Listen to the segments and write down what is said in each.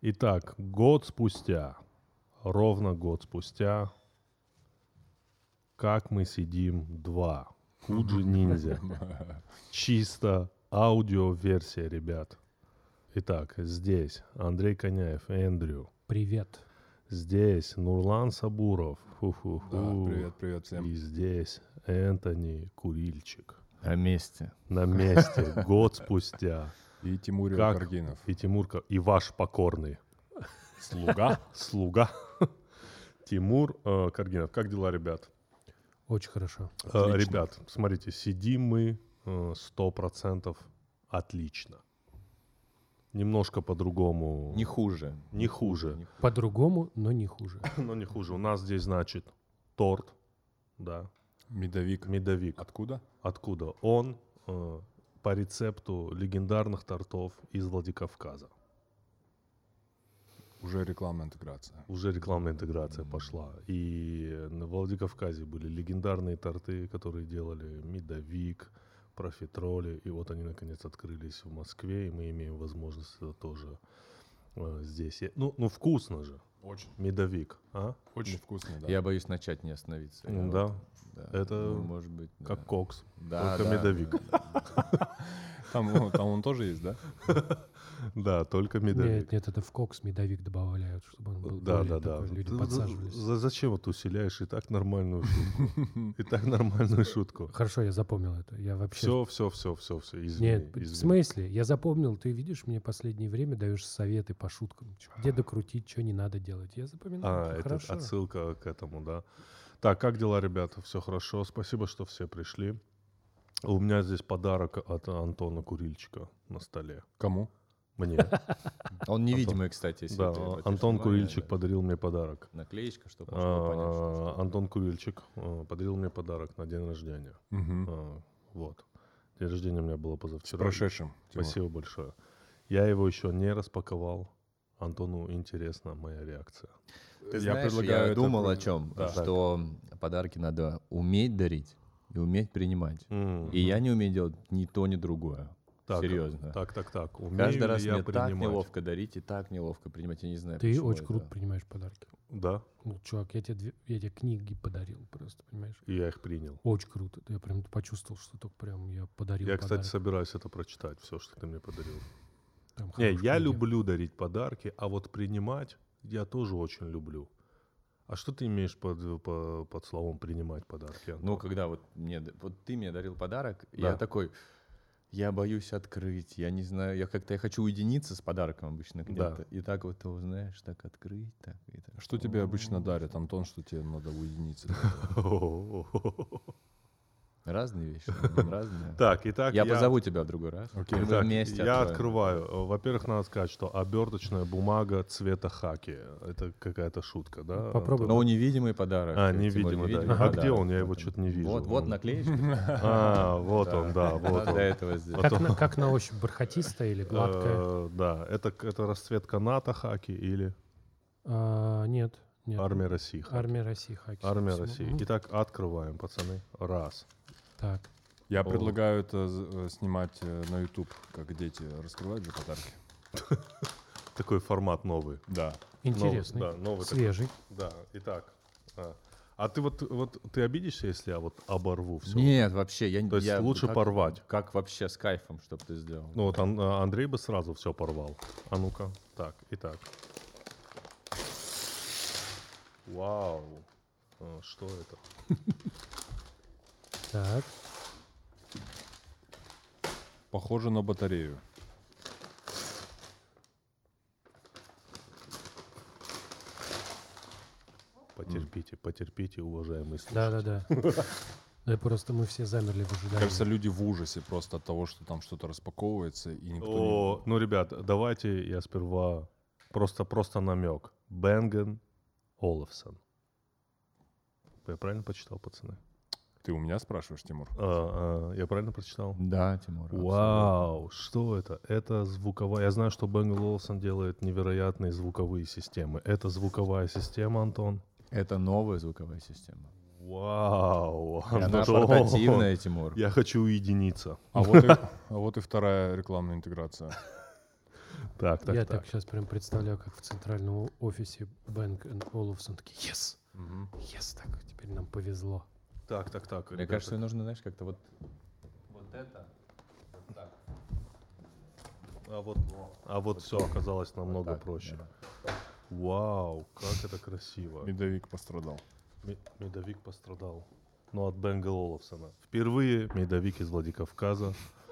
Итак, год спустя, ровно год спустя, как мы сидим два. Fuji Ninja. Чисто аудиоверсия, ребят. Итак, здесь Андрей Коняев, Эндрю. Привет. Здесь Нурлан Сабуров. Да, привет всем. И здесь Энтони Курильчик. На месте. На месте, год спустя. И Тимур Как? Каргинов. И Тимур, и ваш покорный слуга Тимур Каргинов. Как дела, ребят? Очень хорошо. Ребят, смотрите, сидим мы 100% отлично. Немножко по-другому. Не хуже. Не хуже. По-другому, но не хуже. Но не хуже. У нас здесь, значит, торт. Да. Медовик. Откуда? Откуда? Он по рецепту легендарных тортов из Владикавказа. Уже рекламная интеграция. Уже рекламная интеграция пошла. И на Владикавказе были легендарные торты, которые делали медовик, профитроли. И вот они, наконец, открылись в Москве, и мы имеем возможность это тоже здесь. Ну, вкусно же. Очень. Медовик. А? Очень вкусно, да. Я боюсь начать не остановиться. Да. Да. Это Ну, может быть, как да. кокс. Да, только да, медовик. да. Там он тоже есть, да? Да, только медовик. Нет, это в кокс медовик добавляют, чтобы он был Да. более такой, люди подсаживались. Зачем вот усиляешь и так нормальную шутку? И так нормальную шутку. Хорошо, я запомнил это. Я вообще... Все, извини. Нет, извини. в смысле? Я запомнил. Ты видишь, мне последнее время даешь советы по шуткам. Где докрутить, что не надо делать. Я запоминаю. Это Хорошо. отсылка к этому, да. Так, как дела, ребята? Все хорошо. Спасибо, что все пришли. У меня здесь подарок от Антона Курильчика на столе. Кому? Мне. Он невидимый, кстати, если Да, ты обратишь Антон внимание, Курильчик да. подарил мне подарок. Наклеечка, чтобы можно было понять, что Антон Курильчик подарил мне подарок на день рождения. Вот. День рождения у меня было С позавчера. прошедшим. Тимур. Спасибо большое. Я его еще не распаковал. Антону интересна моя реакция. Ты Я знаешь, предлагаю я это думал про- о чем, Да. что подарки надо уметь дарить и уметь принимать. И я не умею делать ни то, ни другое. Так, Серьезно. Так. Умею Каждый ли раз я мне так принимать? неловко дарить и так неловко принимать. Я не знаю, Ты почему очень это. круто принимаешь подарки. Да, Ну, чувак, я тебе книги подарил просто, понимаешь? и я их принял. Очень круто. Я прям почувствовал, что только прям я подарил Я, кстати, подарок. собираюсь это прочитать, все, что ты мне подарил. Там Не, хорошие я книги. люблю дарить подарки, а вот принимать я тоже очень люблю. А что ты имеешь под словом принимать подарки, Антон? Ну, когда вот ты мне дарил подарок, Да. я такой, я боюсь открыть, я не знаю, я хочу уединиться с подарком обычно где-то. И так вот его, знаешь, так открыть, так и так. Что тебе обычно дарят, Антон, что тебе надо уединиться? Разные вещи, разные. Так, итак, Я позову тебя в другой раз. Окей. И мы Итак, вместе я откроем. открываю. Во-первых, надо сказать, что оберточная бумага цвета хаки. Это какая-то шутка, да? Попробуй. Но невидимый подарок. Тимур, Невидимый, да. невидимый А где подарок. он? Я его Вот что-то не вижу. Вот наклеечка. Вот он, да, вот Надо он. этого сделать. Как на ощупь, бархатистая или гладкая? Да, это расцветка НАТО хаки или Нет. Армия России хаки? Армия России хаки. Армия собственно. России. Мгм. Итак, открываем, пацаны. Раз. Так. Я предлагаю это снимать на YouTube, как дети раскрывают для подарки. Такой формат новый. Да. Интересный. Новый, да, новый такой. Свежий. Да, итак. А ты вот ты обидишься, если я вот оборву все? Нет, вообще. То есть лучше порвать. Как вообще с кайфом, чтобы ты сделал? Ну вот Андрей бы сразу все порвал. А ну-ка. Так, итак. Вау. Что это? Так. Похоже на батарею. Потерпите, уважаемые слушатели. Да. Да, просто мы все замерли в ожидании. Кажется, люди в ужасе просто от того, что там что-то распаковывается, и никто Ну, ребят, давайте я сперва просто намек. Бенген Олафсон. Я правильно почитал, пацаны? Ты у меня спрашиваешь, Тимур? Я правильно прочитал? Да, Тимур. Вау, что это? Это звуковая. Я знаю, что Бенгел Олафсон делает невероятные звуковые системы. Это звуковая система, Антон? Это новая звуковая система. Вау. И она Антон, портативная, Тимур. Я хочу уединиться. А вот и вторая рекламная интеграция. Так, так, Я так. так сейчас прям представляю, как в центральном офисе Bang Olufsen такие, yes, yes, так, теперь нам повезло. Так, так, так. Мне ребята. кажется, нужно, знаешь, как-то вот это. Вот так. А вот все оказалось намного так, проще. да. Вау, как это красиво. Медовик пострадал. Медовик пострадал. Ну, от Бенга Олафсона. Впервые медовик из Владикавказа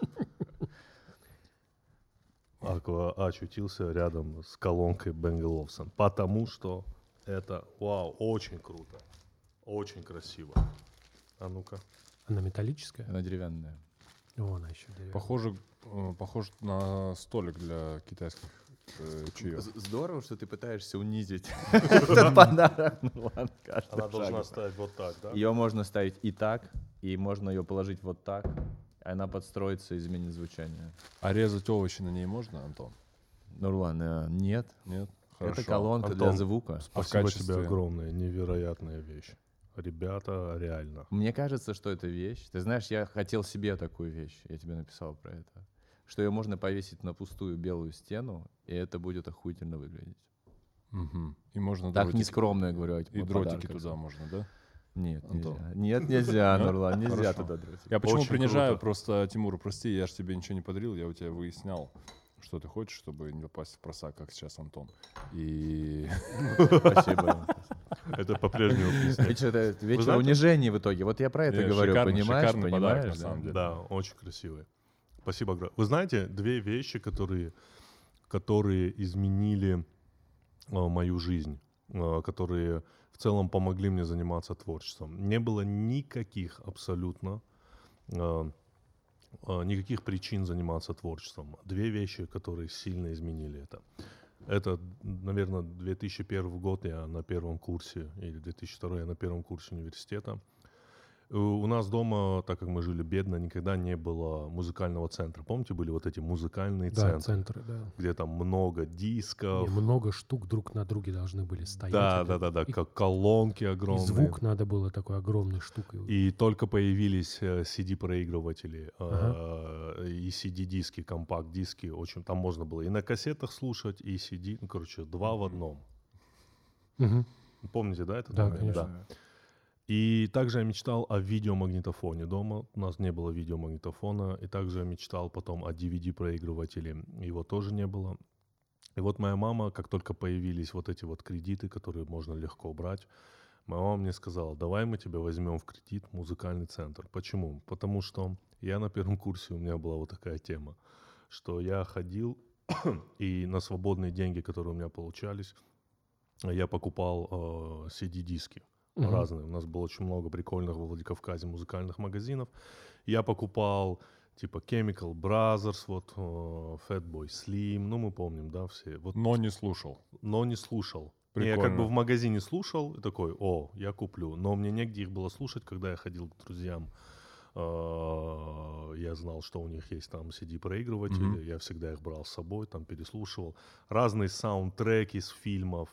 очутился рядом с колонкой Бенга Олафсон. Потому что это, вау, очень круто. Очень красиво. А ну-ка. Она металлическая? Она деревянная. О, она еще деревянная. Похож на столик для китайских чаев. Здорово, что ты пытаешься унизить этот подарок. Ну ладно, каждый Она должна шаг. стоять вот так, да? Ее можно ставить и так, и можно ее положить вот так. Она подстроится и изменит звучание. А резать овощи на ней можно, Антон? Нурлан, нет. Нет? Хорошо. Это колонка Антон, для звука. Спасибо качестве- тебе огромное. Невероятная вещь. Ребята, реально. Мне кажется, что это вещь. Ты знаешь, я хотел себе такую вещь. Я тебе написал про это. Что ее можно повесить на пустую белую стену, и это будет охуительно выглядеть. Мгм. И можно Так дротики- нескромно я говорю. И дротики туда можно, да? Нет, Антон. нельзя. Нет, нельзя, Нурлан, нельзя Хорошо. туда дротики. Я почему Очень принижаю, круто. просто, Тимур, прости, я же тебе ничего не подарил, я у тебя выяснял, что ты хочешь, чтобы не попасть в просак, как сейчас Антон. И Спасибо. Это по-прежнему песня. Видишь, это вечер знаете- унижений в итоге. Вот я про это Не, говорю, шикарный- понимаешь? шикарный подарок, Понимаешь, на самом деле. Да, очень красивые. Спасибо огромное. Вы знаете, две вещи, которые изменили мою жизнь, которые в целом помогли мне заниматься творчеством. Не было никаких абсолютно никаких причин заниматься творчеством. Две вещи, которые сильно изменили это. Это, наверное, 2001 год, я на первом курсе, или 2002 я на первом курсе университета. У нас дома, так как мы жили бедно, никогда не было музыкального центра. Помните, были вот эти музыкальные Да, центры, центры, да. где там много И дисков, много штук друг на друге должны были стоять. да, И- как колонки И огромные. звук надо было такой огромной штукой. И только появились CD-проигрыватели и CD-диски, компакт-диски. Очень, там можно было и на кассетах слушать, и CD. Ну, короче, два в одном. Мгм. Помните, да, этот Да, момент? конечно. Да. И также я мечтал о видеомагнитофоне дома. У нас не было видеомагнитофона. И также я мечтал потом о DVD-проигрывателе. Его тоже не было. И вот моя мама, как только появились вот эти вот кредиты, которые можно легко брать, моя мама мне сказала: давай мы тебя возьмем в кредит музыкальный центр. Почему? Потому что я на первом курсе, у меня была вот такая тема, что я ходил и на свободные деньги, которые у меня получались, я покупал CD-диски Мгм. разные. У нас было очень много прикольных во Владикавказе музыкальных магазинов. Я покупал типа Chemical Brothers, вот Fatboy Slim, ну мы помним, да, все. Вот, но не слушал. но не слушал. Не, я как Прикольно. бы в магазине слушал и такой: о, я куплю. Но мне негде их было слушать, когда я ходил к друзьям. Я знал, что у них есть там CD-проигрыватели, Мгм. я всегда их брал с собой, там переслушивал. Разные саундтреки из фильмов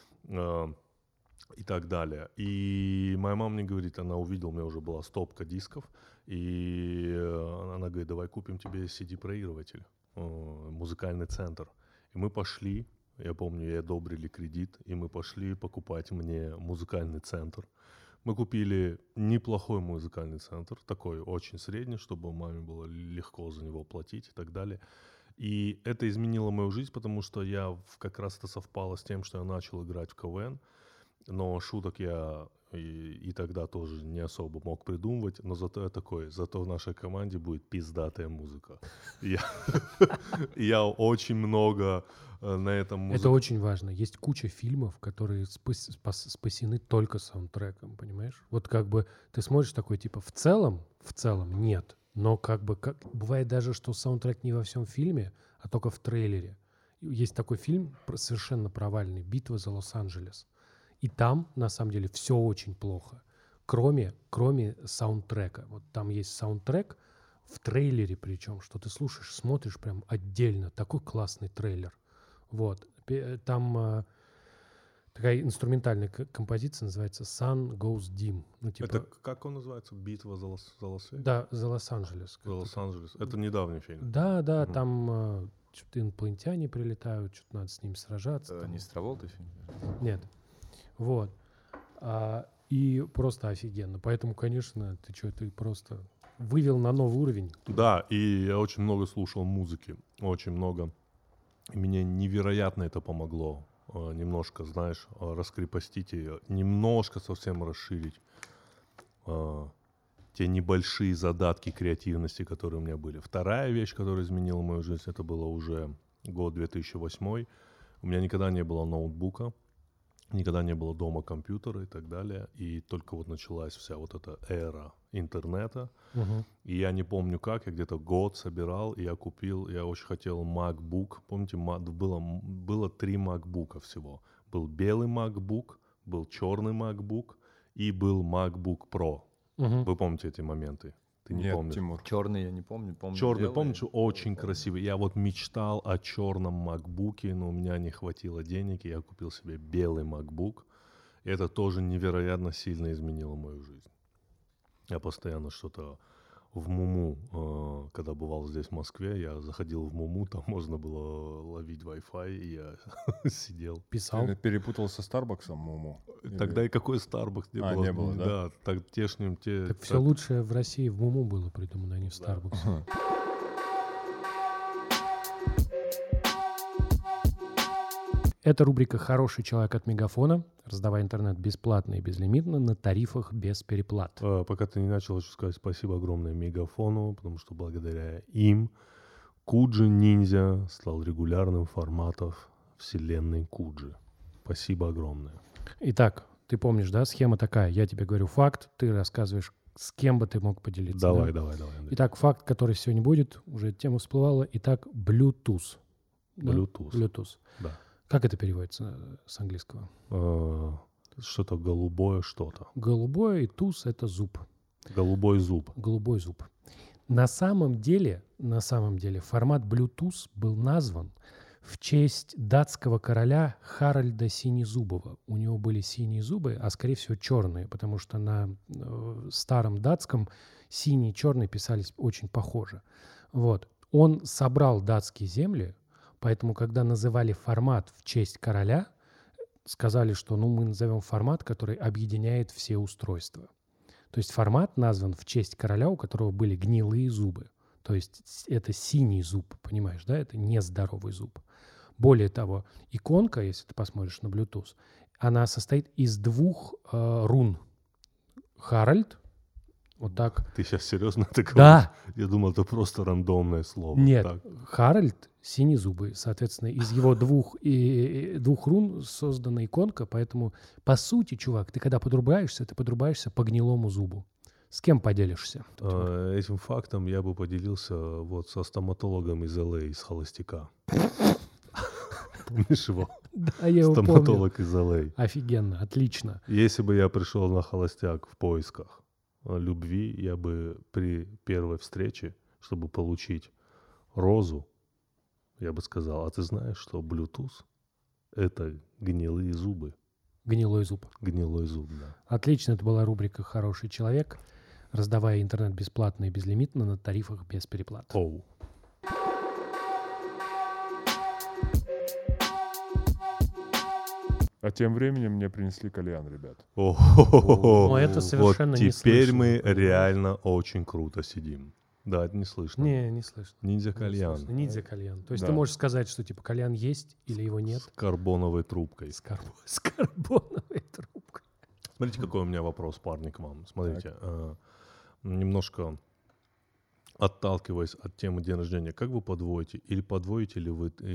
и так далее. И моя мама мне говорит, она увидела, у меня уже была стопка дисков, и она говорит: давай купим тебе CD-проигрыватель, музыкальный центр. И мы пошли, я помню, ей одобрили кредит, и мы пошли покупать мне музыкальный центр. Мы купили неплохой музыкальный центр, такой очень средний, чтобы маме было легко за него платить и так далее. И это изменило мою жизнь, потому что как раз это совпало с тем, что я начал играть в КВН, но шуток я и тогда тоже не особо мог придумывать, но зато я такой: зато в нашей команде будет пиздатая музыка. Я очень много на этом Это очень важно. Есть куча фильмов, которые спасены только саундтреком, понимаешь? Вот как бы ты смотришь такой, типа, в целом нет. Но как бы бывает даже, что саундтрек не во всем фильме, а только в трейлере. Есть такой фильм совершенно провальный «Битва за Лос-Анджелес». И там, на самом деле, все очень плохо, кроме саундтрека. Вот там есть саундтрек в трейлере, причем, что ты слушаешь, смотришь прям отдельно. Такой классный трейлер. Вот. Там такая инструментальная композиция называется «Sun Goes Dim». Ну, типа, Это как он называется? «Битва за Лос-Анджелес»? да, за Лос-Анджелес. За Лос-Анджелес. Это недавний фильм. Да, Мгм. там что-то инопланетяне прилетают, что-то надо с ними сражаться. Это там. не с Траволтой фильм? Нет. Вот. И просто офигенно. Поэтому, конечно, ты просто вывел на новый уровень. Да, и я очень много слушал музыки, очень много. И мне невероятно это помогло. Немножко, знаешь, раскрепостить ее, немножко совсем расширить те небольшие задатки креативности, которые у меня были. Вторая вещь, которая изменила мою жизнь, это было уже год 2008. У меня никогда не было ноутбука, никогда не было дома компьютера и так далее. И только вот началась вся вот эта эра интернета. И я не помню как, я где-то год собирал, и я купил, я очень хотел MacBook. Помните, было 3 MacBook'а всего. Был белый MacBook, был черный MacBook и был MacBook Pro. Вы помните эти моменты? Ты не Нет, помнишь? Тимур. Черный я не помню. Черный, белый. помнишь, очень красивый. Я вот мечтал о черном макбуке, но у меня не хватило денег, и я купил себе белый макбук. И это тоже невероятно сильно изменило мою жизнь. Я постоянно что-то в Муму, когда бывал здесь в Москве, я заходил в Муму, там можно было ловить Wi-Fi, и я сидел. Писал. Ты перепутал со Старбаксом, Муму? Тогда и какой Starbucks не было. не было, да? Да, так тешним те... Так все лучшее в России в Муму было придумано, а не в Да. Starbucks. Это рубрика «Хороший человек от Мегафона». Раздавай интернет бесплатно и безлимитно на тарифах без переплат. Пока ты не начал, хочу сказать спасибо огромное Мегафону, потому что благодаря им Куджи Ниндзя стал регулярным форматом вселенной Куджи. Спасибо огромное. Итак, ты помнишь, да, схема такая. Я тебе говорю факт, ты рассказываешь, с кем бы ты мог поделиться. Давай, да? давай, Андрей. Итак, факт, который сегодня будет, уже тема всплывала. Итак, Bluetooth. Да? Bluetooth. Bluetooth. Да. Как это переводится с английского? Что-то голубое что-то. Голубое и туз — это зуб. Голубой зуб. Голубой зуб. На самом деле формат Bluetooth был назван в честь датского короля Харальда Синезубова. У него были синие зубы, а скорее всего черные, потому что на старом датском синий и черный писались очень похоже. Вот. Он собрал датские земли, поэтому, когда называли формат в честь короля, сказали, что мы назовем формат, который объединяет все устройства. То есть формат назван в честь короля, у которого были гнилые зубы. То есть это синий зуб, понимаешь, да? Это нездоровый зуб. Более того, иконка, если ты посмотришь на Bluetooth, она состоит из 2 рун. Харальд, вот так. Ты сейчас серьезно это говоришь? Да. Я думал, это просто рандомное слово. Нет, Так. Харальд синезубый, соответственно, из его 2 рун создана иконка, поэтому, по сути, чувак, ты когда подрубаешься по гнилому зубу. С кем поделишься? Этим фактом я бы поделился вот со стоматологом из Л.А., из «Холостяка». Помнишь его? Да, я его помню. Стоматолог из Л.А. Офигенно, отлично. Если бы я пришел на «Холостяк» в поисках любви, я бы при первой встрече, чтобы получить розу, я бы сказал: а ты знаешь, что Bluetooth — это гнилые зубы? Гнилой зуб. Гнилой зуб, да. Отлично, это была рубрика «Хороший человек», раздавая интернет бесплатно и безлимитно на тарифах без переплат. Оу. А тем временем мне принесли кальян, ребят. О, это совершенно вот не теперь слышно, мы понимаешь? реально очень круто сидим. Да, это не слышно. Не слышно. Ниндзя Не кальян слышно. Ниндзя кальян. То есть Да. ты можешь сказать, что типа кальян есть или его нет? с карбоновой трубкой. С карбоновой трубкой. Смотрите, какой у меня вопрос, парни, к вам. Смотрите, немножко отталкиваясь от темы день рождения, как вы подводите? Или подводите ли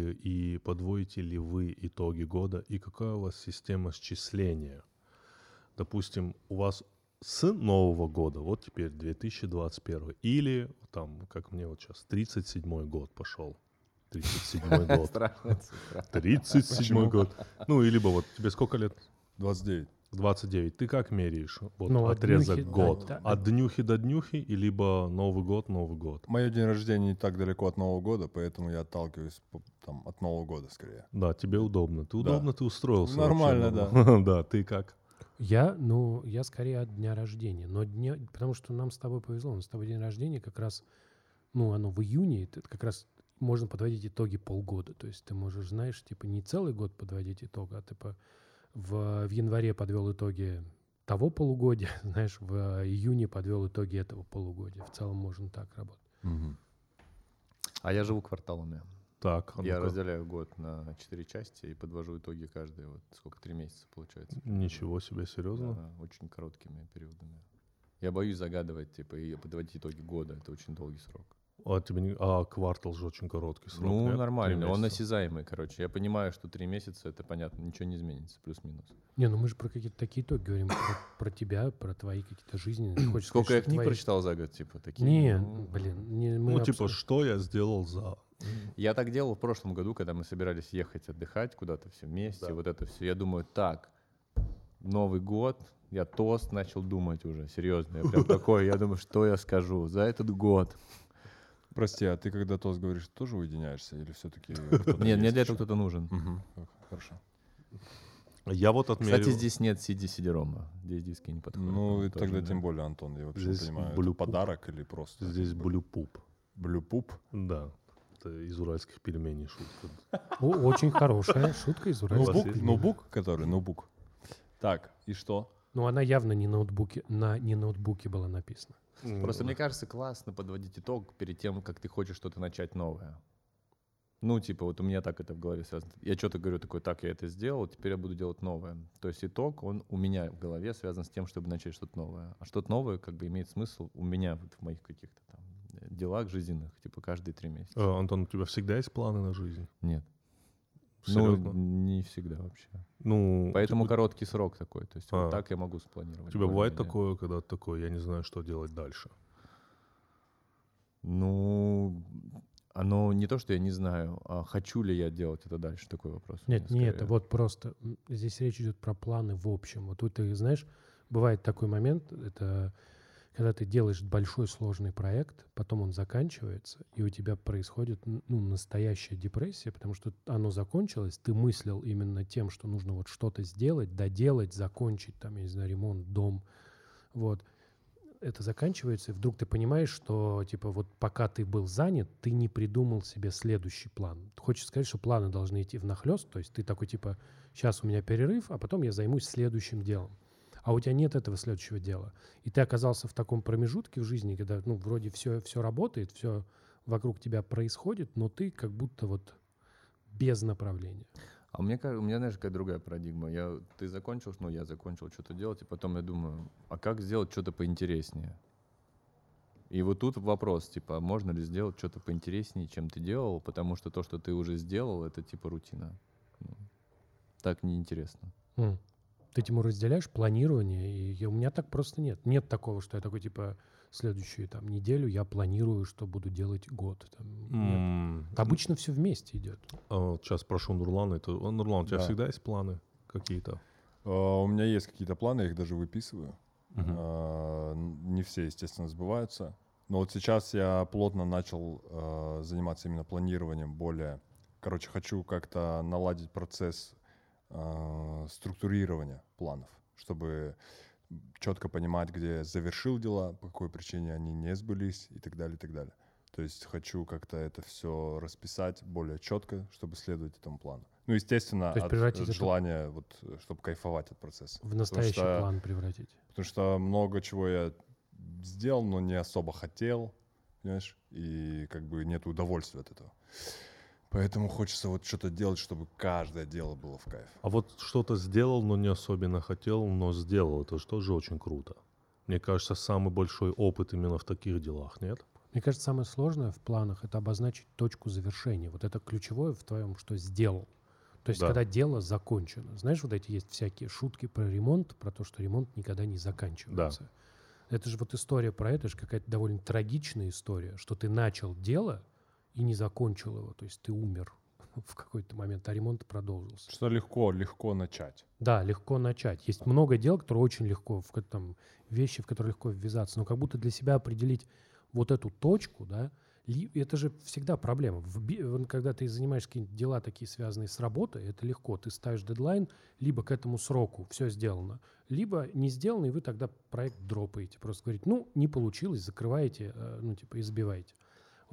вы итоги года? И какая у вас система счисления? Допустим, у вас с Нового года, вот теперь 2021, или там, как мне вот сейчас, 37-й год пошел. 37-й год. Страшная цифра. 37-й год. Ну, и либо вот тебе сколько лет? 29. 29. Ты как меряешь вот Ну, от отрезок днюхи, год? да. От днюхи до днюхи, и либо Новый год, Новый год? Мое день рождения не так далеко от Нового года, поэтому я отталкиваюсь от Нового года скорее. Да, тебе удобно. Ты Да. удобно, ты устроился. Нормально, вообще. Да, ты как? Я скорее от дня рождения. Потому что нам с тобой повезло. У нас с тобой день рождения как раз, оно в июне. Это как раз можно подводить итоги полгода. То есть ты можешь, знаешь, типа не целый год подводить итог, а типа в январе подвел итоги того полугодия, знаешь, в июне подвел итоги этого полугодия. В целом можно так работать. Мгм. А я живу кварталами. Так, а Я ну-ка. разделяю год на 4 части и подвожу итоги каждые, вот сколько, 3 месяца получается. Ничего себе, серьезно? Да, очень короткими периодами. Я боюсь загадывать, типа, и подводить итоги года. Это очень долгий срок. А тебе квартал же очень короткий срок. Ну, нет? нормально. 3 Он месяца. осязаемый, короче. Я понимаю, что 3 месяца, это понятно, ничего не изменится, плюс-минус. Не, ну мы же про какие-то такие итоги говорим, про тебя, про твои какие-то жизненные. Ты хочешь Сколько я сказать, что книг твои- прочитал за год, типа, такие? Не, Ну, блин, не, мы Ну, типа, абсолютно- что я сделал за... Я так делал в прошлом году, когда мы собирались ехать отдыхать куда-то все вместе, Да. вот это все. Я думаю, так, Новый год, я тост начал думать уже, серьезно. Я прям такой, я думаю, что я скажу за этот год. Прости, а ты когда тост говоришь, тоже уединяешься или все-таки... Нет, мне для этого кто-то нужен. Хорошо. Я вот отмерил... Кстати, здесь нет сиди-сидерома. Здесь диски не подходят. Ну, и Тоже, тогда да. тем более, Антон, я вообще не Здесь понимаю, это блюпуп. подарок или просто... Здесь блюпуп. Блюпуп? Да. Это из уральских пельменей шутка. Очень хорошая шутка из уральских Ноутбук? пельменей. Ноутбук, который? Ноутбук. Так, и что? Ну, она явно не не ноутбуке была написана. Просто мне кажется, классно подводить итог перед тем, как ты хочешь что-то начать новое. Ну, типа, вот у меня так это в голове связано. Я что-то говорю такой, так, я это сделал, теперь я буду делать новое. То есть итог, он у меня в голове связан с тем, чтобы начать что-то новое. А что-то новое, как бы, имеет смысл у меня вот в моих каких-то там делах жизненных, типа, каждые 3 месяца. Антон, у тебя всегда есть планы на жизнь? Нет. Серьезно? Ну, не всегда вообще. Ну, Поэтому короткий срок такой. То есть А. вот так я могу спланировать. у тебя бывает более-менее. такое, когда ты такой, я не знаю, что делать дальше? Ну, оно не то, что я не знаю, а хочу ли я делать это дальше, такой вопрос. у Нет, меня не это. скорее. Вот просто здесь речь идет про планы в общем. Вот тут ты знаешь, бывает такой момент, это когда ты делаешь большой сложный проект, потом он заканчивается, и у тебя происходит настоящая депрессия, потому что оно закончилось, ты мыслил именно тем, что нужно вот что-то сделать, доделать, закончить, там, я не знаю, ремонт, дом. Вот. Это заканчивается, и вдруг ты понимаешь, что, типа, вот пока ты был занят, ты не придумал себе следующий план. Хочешь сказать, что планы должны идти внахлёст, то есть ты такой, типа, сейчас у меня перерыв, а потом я займусь следующим делом. А у тебя нет этого следующего дела. И ты оказался в таком промежутке в жизни, когда, ну, вроде все работает, все вокруг тебя происходит, но ты как будто вот без направления. А у меня, знаешь, какая другая парадигма. Ты закончил, ну, я закончил что-то делать, и потом я думаю, а как сделать что-то поинтереснее? И вот тут вопрос, типа, можно ли сделать что-то поинтереснее, чем ты делал, потому что то, что ты уже сделал, это типа рутина. Ну, так неинтересно. Ты, Тимур, разделяешь планирование, и у меня так просто нет. Нет такого, что я такой, типа, следующую там неделю я планирую, что буду делать год. Там, нет. Обычно все вместе идет. Сейчас прошу Нурлана. Нурлан, у тебя Да. всегда есть планы какие-то? У меня есть какие-то планы, я их даже выписываю. Мгм. Не все, естественно, сбываются. Но вот сейчас я плотно начал заниматься именно планированием более... Короче, хочу как-то наладить процесс структурирования планов, чтобы четко понимать, где я завершил дела, по какой причине они не сбылись и так далее, и так далее. То есть хочу как-то это все расписать более четко, чтобы следовать этому плану. Ну, естественно, То есть от превратить это- желания, вот, чтобы кайфовать от процесса. В настоящий что- план превратить. Потому что много чего я сделал, но не особо хотел, понимаешь, и как бы нет удовольствия от этого. Поэтому хочется вот что-то делать, чтобы каждое дело было в кайф. А вот что-то сделал, но не особенно хотел, но сделал. Это же тоже очень круто. Мне кажется, самый большой опыт именно в таких делах, нет? Мне кажется, самое сложное в планах — это обозначить точку завершения. Вот это ключевое в твоем, что сделал. То есть, Да. когда дело закончено. Знаешь, вот эти есть всякие шутки про ремонт, про то, что ремонт никогда не заканчивается. Это же вот история про это, же какая-то довольно трагичная история, что ты начал дело и не закончил его. То есть ты умер в какой-то момент, а ремонт продолжился. Что легко начать. Да, легко начать. Есть много дел, которые очень легко, там, вещи, в которые легко ввязаться, но как будто для себя определить вот эту точку, да, это же всегда проблема. Когда ты занимаешься какие-нибудь дела такие, связанные с работой, это легко. Ты ставишь дедлайн, либо к этому сроку все сделано, либо не сделано, и вы тогда проект дропаете. Просто говорите, ну, не получилось, закрываете, ну, типа, и забиваете.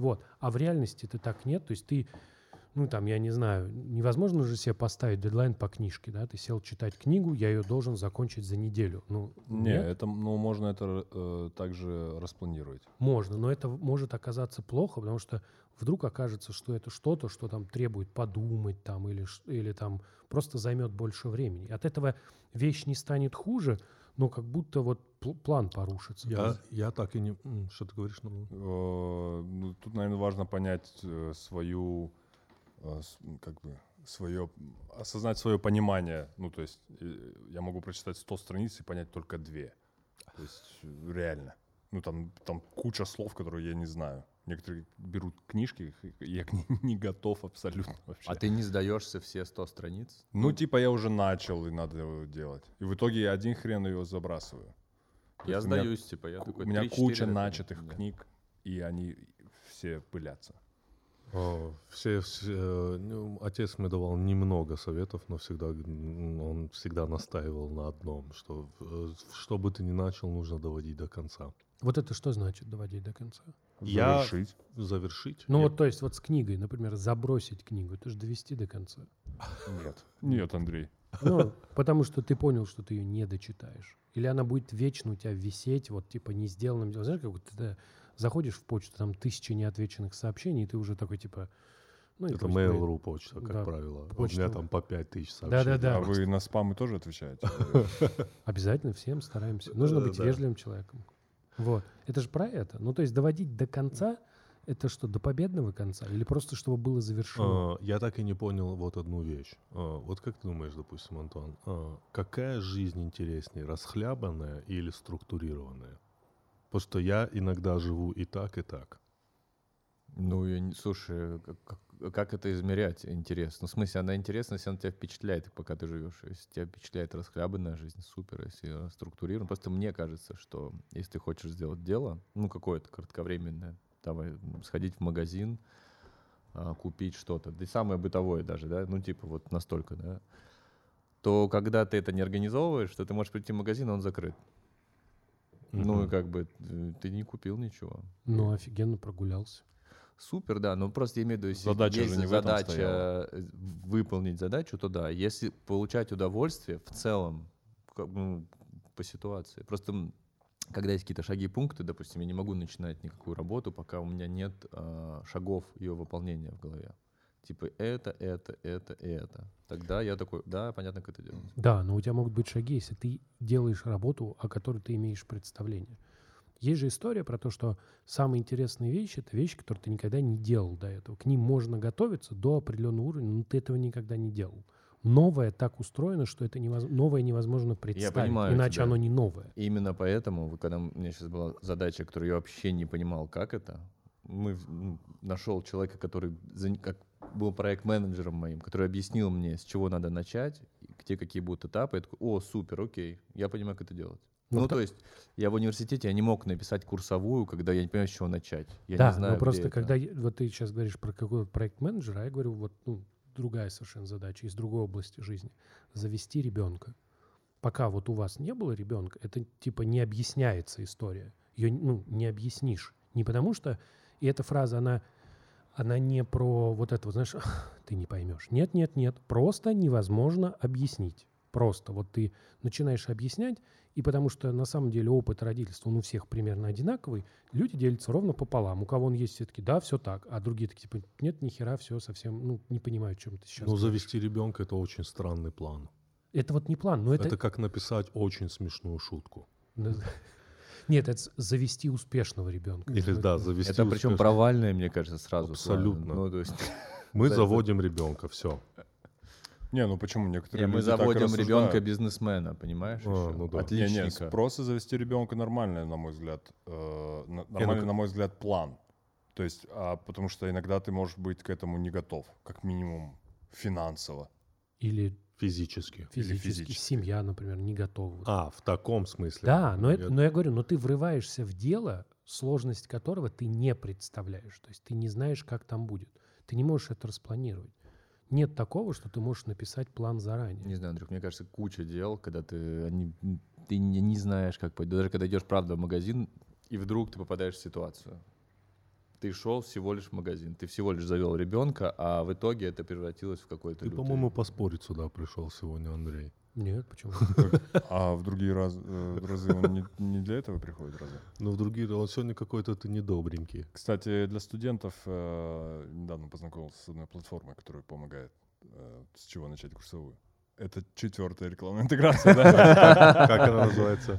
Вот. А в реальности ты так нет. То есть ты, ну там, я не знаю, невозможно же себе поставить дедлайн по книжке, да? Ты сел читать книгу, я ее должен закончить за неделю. Ну, Не, нет. это, ну, можно это также распланировать. Можно, но это может оказаться плохо, потому что вдруг окажется, что это что-то, что там требует подумать там, или там просто займет больше времени. От этого вещь не станет хуже, но как будто вот план порушится. Я так и не... Что ты говоришь? Ну, тут, наверное, важно понять свою, как бы, осознать свое понимание. Ну, то есть я могу прочитать 100 страниц и понять только 2. То есть реально. Ну, там куча слов, которые я не знаю. Некоторые берут книжки, я к ним не готов абсолютно вообще. А ты не сдаешься все 100 страниц? Ну, типа я уже начал, и надо его делать. И в итоге я один хрен его забрасываю. То Я есть у меня- сдаюсь, типа, я такой У меня 3-4 куча раза. начатых Да. книг, и они все пылятся. Отец мне давал немного советов, но он всегда настаивал на одном, что что бы ты ни начал, нужно доводить до конца. Вот это что значит доводить до конца? Завершить. Завершить? Ну Нет. вот, то есть вот с книгой, например, забросить книгу, это же довести до конца. Нет. Нет, Андрей. Ну, потому что ты понял, что ты ее не дочитаешь. Или она будет вечно у тебя висеть, вот типа не сделанным делом. Знаешь, как вот ты заходишь в почту, там 1000 неотвеченных сообщений, и ты уже такой типа... Ну, и Это пусть Mail.ru будет. почта, как Да, правило. У почта. меня там по 5000 сообщений. Да-да-да. А вы на спамы тоже отвечаете? Обязательно всем стараемся. Нужно быть Да. вежливым человеком. Вот. Это же про это. Ну, то есть доводить до конца, это что, до победного конца? Или просто, чтобы было завершено? Я так и не понял вот одну вещь. Вот как ты думаешь, допустим, Антон, какая жизнь интереснее, расхлябанная или структурированная? Потому что я иногда живу и так, и так. Ну, слушай, как это измерять, интересно? Ну, в смысле, она интересна, если она тебя впечатляет, пока ты живешь. Если тебя впечатляет расхлябанная жизнь, супер. Если она структурирована. Просто мне кажется, что если ты хочешь сделать дело, ну, какое-то кратковременное, давай сходить в магазин, купить что-то, да и самое бытовое даже, да, ну, типа вот настолько, да, то когда ты это не организовываешь, то ты можешь прийти в магазин, а он закрыт. Ну, и Мгм. как бы ты не купил ничего. Ну, офигенно прогулялся. Супер, да, но просто я имею в виду, если Задача есть же не в этом задача стояла. выполнить задачу, то да. Если получать удовольствие в целом, ну, по ситуации. Просто когда есть какие-то шаги и пункты, допустим, я не могу начинать никакую работу, пока у меня нет шагов ее выполнения в голове. Типа это. Тогда я такой, да, понятно, как это делать. Да, но у тебя могут быть шаги, если ты делаешь работу, о которой ты имеешь представление. Есть же история про то, что самые интересные вещи — это вещи, которые ты никогда не делал до этого. К ним можно готовиться до определенного уровня, но ты этого никогда не делал. Новое так устроено, что это новое невозможно представить, понимаю иначе тебя. оно не новое. И именно поэтому, вот когда у меня сейчас была задача, которую я вообще не понимал, как это, нашел человека, который как был проект-менеджером моим, который объяснил мне, с чего надо начать, где какие будут этапы. Я такой, о, супер, окей, я понимаю, как это делать. Ну, То есть я в университете я не мог написать курсовую, когда я не понимаю, с чего начать. Я да, не знаю, но просто где это. когда вот ты сейчас говоришь про какой проект-менеджер, а я говорю, вот другая совершенно задача из другой области жизни. Завести ребенка. Пока вот у вас не было ребенка, это типа не объясняется история. Ее не объяснишь. Не потому что... И эта фраза, она не про вот это, вот, знаешь, ты не поймешь. Нет. Просто невозможно объяснить. Просто вот ты начинаешь объяснять, и потому что на самом деле опыт родительства, он у всех примерно одинаковый, люди делятся ровно пополам. У кого он есть, все-таки, да, все так, а другие такие, типа, нет, ни хера, все совсем, не понимаю, о чем ты сейчас Ну, говоришь. завести ребенка — это очень странный план. Это вот не план, но Это как написать очень смешную шутку. Нет, это завести успешного ребенка. Или да, завести Это причем успешно. провальное, мне кажется, сразу. Абсолютно. слово. Ну, то есть, Мы Да, заводим ребенка, все. Не, ну почему? Некоторые мы люди так заводим рассуждают. ребенка бизнесмена, понимаешь? еще? ну да. Отличника. Просто завести ребенка нормальный, на мой взгляд, нормальный, на мой взгляд, план. То есть, потому что иногда ты можешь быть к этому не готов, как минимум финансово. Или Физически. физически. Семья, например, не готова. В таком смысле. Да, но я говорю, но ты врываешься в дело, сложность которого ты не представляешь. То есть ты не знаешь, как там будет. Ты не можешь это распланировать. Нет такого, что ты можешь написать план заранее. Не знаю, Андрюх, мне кажется, куча дел, когда ты не знаешь, как пойти. Даже когда идешь, правда, в магазин, и вдруг ты попадаешь в ситуацию. Ты шел всего лишь в магазин, ты всего лишь завел ребенка, а в итоге это превратилось в какой-то Ты, лютый- по-моему, поспорить сюда пришел сегодня, Андрей. Нет, почему? А в другие разы он не для этого приходит, разве? Но в другие, он сегодня какой-то ты недобренький. Кстати, для студентов недавно познакомился с одной платформой, которая помогает, с чего начать курсовую. Это 4-я рекламная интеграция, да? Как она называется?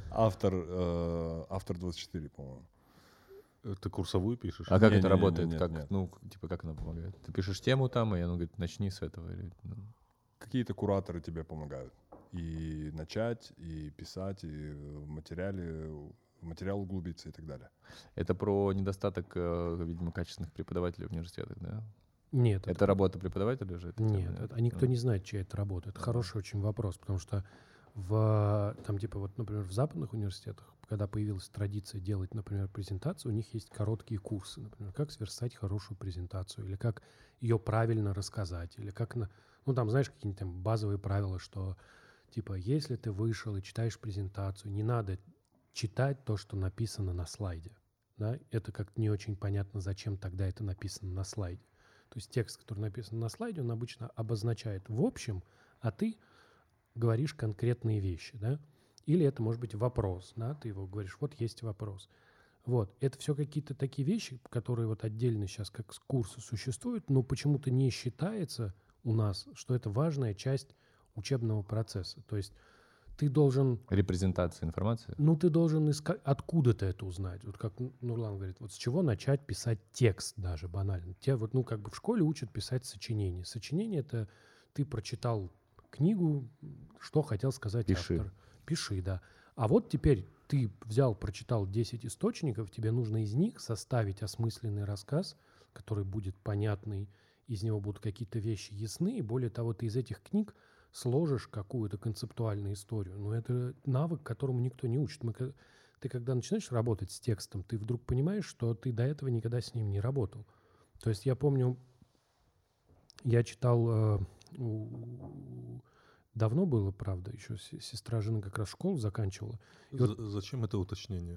Автор 24, по-моему. Ты курсовую пишешь? А как Не, это не, не, работает? нет, Как, нет. ну, типа, как она помогает? Ты пишешь тему там, и она говорит, начни с этого. Или, ну. Какие-то кураторы тебе помогают. И начать, и писать, и в материал углубиться и так далее. Это про недостаток, видимо, качественных преподавателей в университетах, да? Нет. Это работа преподавателя же? эта Нет, тема, а никто не знает, чья это работа. Это хороший очень вопрос, потому что там, типа, вот, например, в западных университетах, когда появилась традиция делать, например, презентацию, у них есть короткие курсы, например, как сверстать хорошую презентацию, или как ее правильно рассказать, или как, ну, там, знаешь, какие-нибудь там базовые правила, что, типа, если ты вышел и читаешь презентацию, не надо читать то, что написано на слайде, да, это как-то не очень понятно, зачем тогда это написано на слайде. То есть текст, который написан на слайде, он обычно обозначает в общем, а ты говоришь конкретные вещи, да? Или это может быть вопрос, да? Ты его говоришь, вот есть вопрос. Вот. Это все какие-то такие вещи, которые вот отдельно сейчас как курсы существуют, но почему-то не считается у нас, что это важная часть учебного процесса. То есть ты должен... Репрезентация информации? Ну, ты должен искать, откуда-то это узнать. Вот как Нурлан говорит, вот с чего начать писать текст даже банально. Тебя вот, ну, как бы в школе учат писать сочинение. Сочинение — это ты прочитал книгу, что хотел сказать Пиши. автор. Пиши, да. А вот теперь ты взял, прочитал 10 источников, тебе нужно из них составить осмысленный рассказ, который будет понятный, из него будут какие-то вещи ясны, и более того, ты из этих книг сложишь какую-то концептуальную историю. Но это навык, которому никто не учит. Ты когда начинаешь работать с текстом, ты вдруг понимаешь, что ты до этого никогда с ним не работал. То есть я помню, я читал... Давно было, правда, еще сестра жены как раз школу заканчивала. Зачем это уточнение?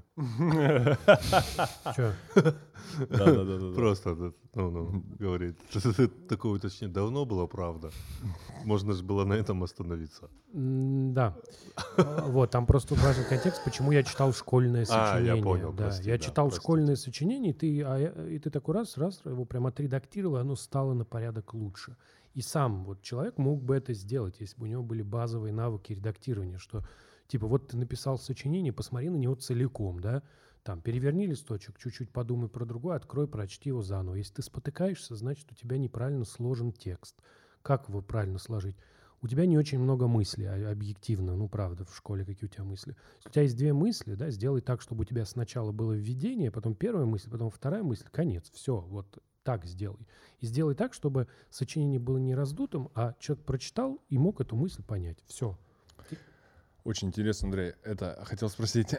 Чё? Да. Просто, говорит. Такое уточнение давно было, правда. Можно же было на этом остановиться. Да. Вот, там просто важный контекст, почему я читал школьное сочинение. Я понял, Да, прости, я да, читал простите. школьное сочинение, и ты такой раз его прям отредактировал, и оно стало на порядок лучше. И сам вот человек мог бы это сделать, если бы у него были базовые навыки редактирования, что типа вот ты написал сочинение, посмотри на него целиком, да, там переверни листочек, чуть-чуть подумай про другое, открой, прочти его заново. Если ты спотыкаешься, значит, у тебя неправильно сложен текст. Как его правильно сложить? У тебя не очень много мыслей, объективно, ну правда, в школе какие у тебя мысли. Если у тебя есть 2 мысли, да, сделай так, чтобы у тебя сначала было введение, потом первая мысль, потом вторая мысль, конец, все, вот так сделай. И сделай так, чтобы сочинение было не раздутым, а человек прочитал и мог эту мысль понять. Все. Очень интересно, Андрей. Это хотел спросить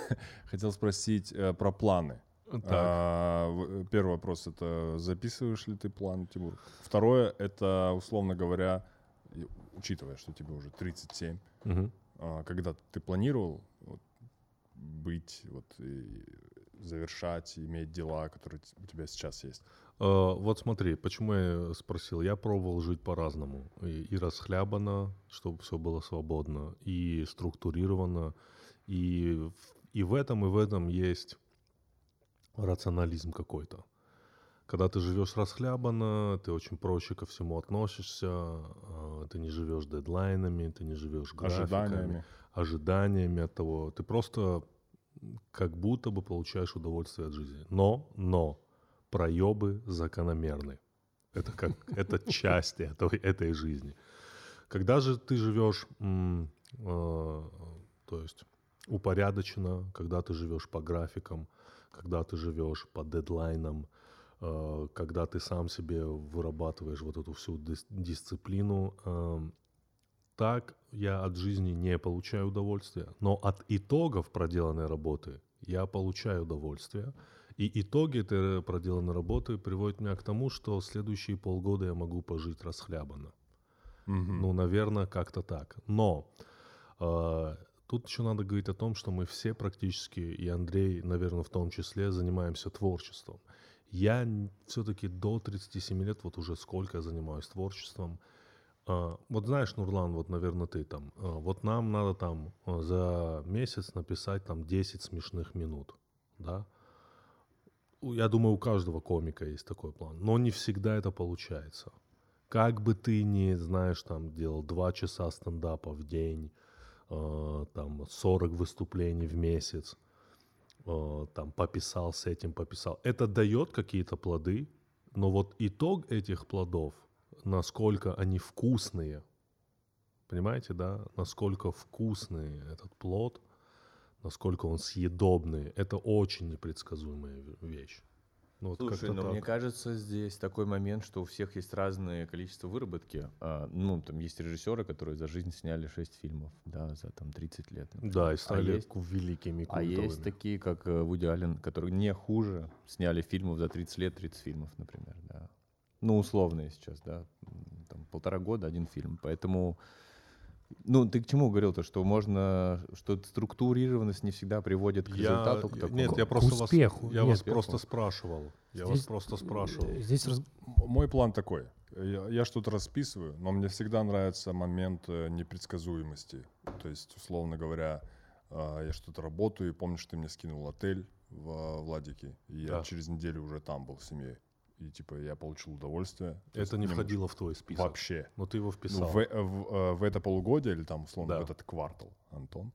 про планы. Первый вопрос — это записываешь ли ты план, Тимур? Второе — это, условно говоря, учитывая, что тебе уже 37, когда ты планировал быть, и завершать, иметь дела, которые у тебя сейчас есть? Вот смотри, почему я спросил. Я пробовал жить по-разному. И расхлябанно, чтобы все было свободно, и структурировано. И в этом есть рационализм какой-то. Когда ты живешь расхлябанно, ты очень проще ко всему относишься, ты не живешь дедлайнами, ты не живешь графиками, ожиданиями от того. Ты просто как будто бы получаешь удовольствие от жизни. Но проебы закономерны. Это часть этой жизни. Когда же ты живешь, то есть упорядоченно, когда ты живешь по графикам, когда ты живешь по дедлайнам, когда ты сам себе вырабатываешь вот эту всю дисциплину, так я от жизни не получаю удовольствия. Но от итогов проделанной работы я получаю удовольствие. И итоги этой проделанной работы приводят меня к тому, что следующие полгода я могу пожить расхлябанно. Ну, наверное, как-то так. Но тут еще надо говорить о том, что мы все практически, и Андрей, наверное, в том числе, занимаемся творчеством. Я все-таки до 37 лет, вот уже сколько я занимаюсь творчеством. Вот знаешь, Нурлан, вот, наверное, ты там, вот нам надо там за месяц написать там 10 смешных минут, да? Я думаю, у каждого комика есть такой план, но не всегда это получается. Как бы ты ни, знаешь, там делал 2 часа стендапа в день, там 40 выступлений в месяц, там пописал с этим, пописал. Это дает какие-то плоды, но вот итог этих плодов, насколько они вкусные, понимаете, да? Насколько вкусный этот плод, насколько он съедобный, это очень непредсказуемая вещь. Ну, вот Слушай, как-то ну мне так. кажется, здесь такой момент, что у всех есть разное количество выработки. Ну, там есть режиссеры, которые за жизнь сняли 6 фильмов, да, за там 30 лет. Например. Да, и стали есть- великими А есть культовыми. такие, как Вуди Аллен, которые не хуже, сняли фильмов за 30 лет, 30 фильмов, например, да. Ну, условные сейчас, да, там 1,5 года один фильм. Поэтому, ну, ты к чему говорил-то, что можно, что структурированность не всегда приводит к результату, к такому? Нет, я просто вас, успеху. я Нет. вас просто спрашивал. Я вас Здесь- просто спрашивал. Здесь Мой план такой. Я что-то расписываю, но мне всегда нравится момент непредсказуемости. То есть, условно говоря, я что-то работаю, и помню, что ты мне скинул отель в Владике, и я Да. через неделю уже там был с семьей. И типа я получил удовольствие. То есть Это не мне входило в твой список. вообще. Но ты его Ну, вписал. в это полугодие или там, условно, Да. в этот квартал, Антон,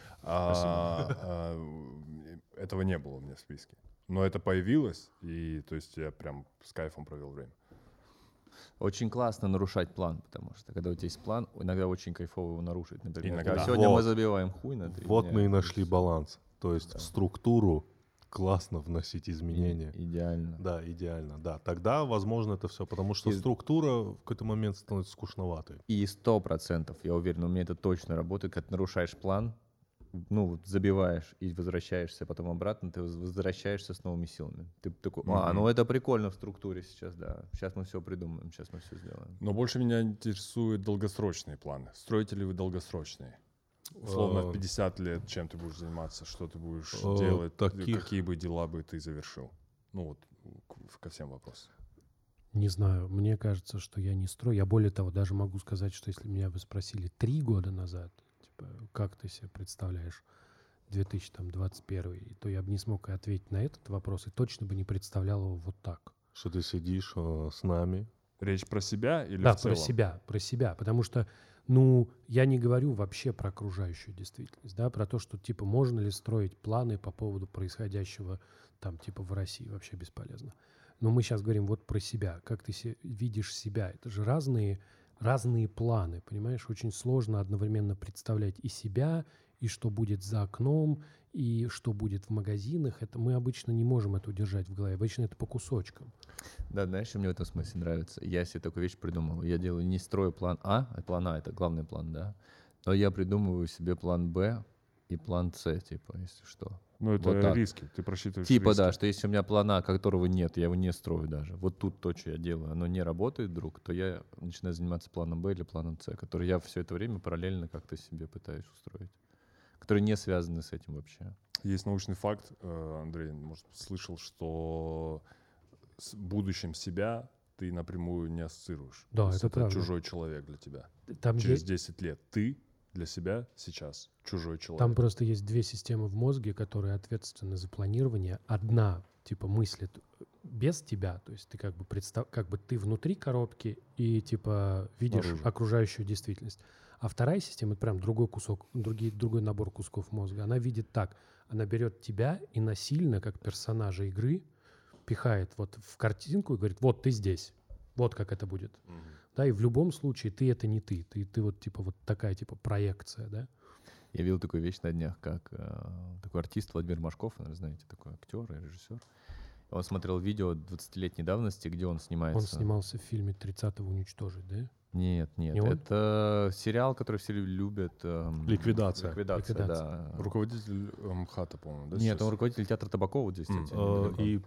этого не было у меня в списке. Но это появилось, и то есть я прям с кайфом провел время. Очень классно нарушать план, потому что когда у тебя есть план, иногда очень кайфово его нарушить. Например, Иногда. как сегодня мы Вот. забиваем хуй на 3 Вот дня, мы и то нашли есть баланс. То есть в структуру классно вносить изменения. идеально. Да, идеально, да. Тогда, возможно, это все, потому что И- структура в какой-то момент становится скучноватой. И 100%, я уверен, у меня это точно работает, когда ты нарушаешь план, ну, вот забиваешь и возвращаешься потом обратно, ты возвращаешься с новыми силами. Ты такой, ну это прикольно в структуре сейчас, да. Сейчас мы все придумаем, сейчас мы все сделаем. Но больше меня интересуют долгосрочные планы. Строите ли вы долгосрочные? Условно, в 50 лет чем ты будешь заниматься, что ты будешь делать, какие бы дела бы ты завершил? Ну вот, ко всем вопросам. Не знаю, мне кажется, что я не строю. Я более того, даже могу сказать, что если меня бы спросили 3 года назад, типа, как ты себе представляешь 2021, то я бы не смог ответить на этот вопрос и точно бы не представлял его вот так. Что ты сидишь с нами. Речь про себя или Да, в целом? про себя, потому что, ну, я не говорю вообще про окружающую действительность, да, про то, что, типа, можно ли строить планы по поводу происходящего там, типа, в России, вообще бесполезно. Но мы сейчас говорим вот про себя, как ты видишь себя. Это же разные планы, понимаешь? Очень сложно одновременно представлять и себя, и что будет за окном, и что будет в магазинах. Это мы обычно не можем это удержать в голове. Обычно это по кусочкам. Да, знаешь, что мне в этом смысле нравится? Я себе такую вещь придумал. Я делаю, не строю план А это главный план, да. Но я придумываю себе план Б и план С, типа, если что. Ну, это Вот так. риски. Ты просчитываешь Типа, риски. да, что если у меня плана, которого нет, я его не строю даже. Вот тут то, что я делаю, оно не работает вдруг, то я начинаю заниматься планом Б или планом С, который я все это время параллельно как-то себе пытаюсь устроить. Которые не связаны с этим вообще. Есть научный факт, Андрей, может, слышал, что с будущим себя ты напрямую не ассоциируешь. Да, То есть это правда. чужой человек для тебя. Там Через есть... 10 лет ты для себя сейчас чужой человек. Там просто есть 2 системы в мозге, которые ответственны за планирование. Одна, типа, мыслит без тебя, то есть ты как бы как бы ты внутри коробки и, типа, видишь Снаружи. окружающую действительность. А вторая система — это прям другой кусок, другой набор кусков мозга. Она видит так. Она берет тебя и насильно, как персонажа игры, пихает вот в картинку и говорит, вот ты здесь, вот как это будет. Да, и в любом случае ты — это не ты. Ты вот, типа, вот такая, типа, проекция, да. Я видел такую вещь на днях, как такой артист Владимир Машков, наверное, знаете, такой актер и режиссер. Он смотрел видео 20-летней давности, где он снимается. Он снимался в фильме «30-го уничтожить», да? Нет, Не он? это сериал, который все любят. Ликвидация. Ликвидация, Ликвидация. да. Руководитель МХАТа, по-моему, да? Нет, сейчас? он руководитель театра Табакова вот здесь, кстати. недалеко. И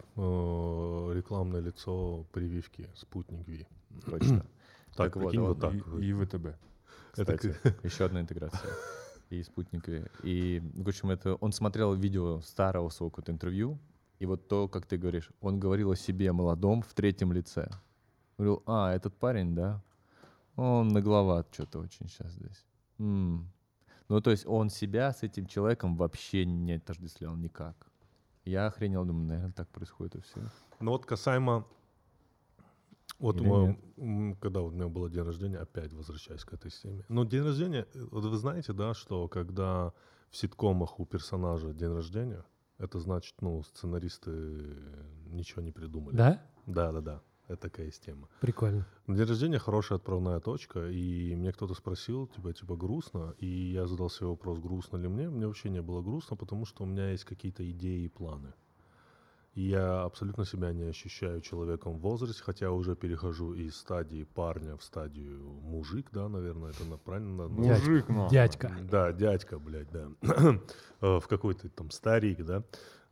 рекламное лицо прививки «Спутник Ви». Точно. Так, Так вот, прикинь, он- вот так. И ВТБ. Это Кстати, еще одна интеграция. И спутниковые. И, в общем, он смотрел видео старого своего какого-то интервью, и И вот то, как ты говоришь, он говорил о себе молодом в третьем лице. Говорил, этот парень, да? Он нагловат что-то очень сейчас здесь. Ну, то есть он себя с этим человеком вообще не отождествлял никак. Я охренел, думаю, наверное, так происходит у всех. Ну вот касаемо... Вот Или когда у меня было день рождения, опять возвращаясь к этой теме. Ну, день рождения, вот вы знаете, да, что когда в ситкомах у персонажа день рождения, это значит, ну, сценаристы ничего не придумали. Да? Да. Это такая есть тема. Прикольно. День рождения хорошая отправная точка, и мне кто-то спросил, типа, грустно, и я задал себе вопрос, грустно ли мне. Мне вообще не было грустно, потому что у меня есть какие-то идеи и планы. И я абсолютно себя не ощущаю человеком в возрасте, хотя уже перехожу из стадии парня в стадию мужик, да, наверное, это правильно? Мужик, нахуй. Дядька. Да, дядька, блядь, да. В какой-то там старик, да.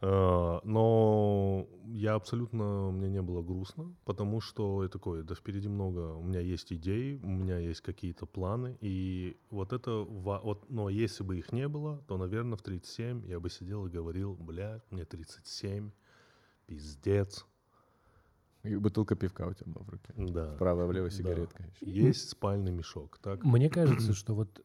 Но я абсолютно, мне не было грустно, потому что я такой, да впереди много, у меня есть идеи, у меня есть какие-то планы, и вот это, но если бы их не было, то, наверное, в 37 я бы сидел и говорил, блядь, мне 37, пиздец. И бутылка пивка у тебя была в руке. Да. Правая, влево сигаретка. еще. Есть спальный мешок, так? Мне кажется, что вот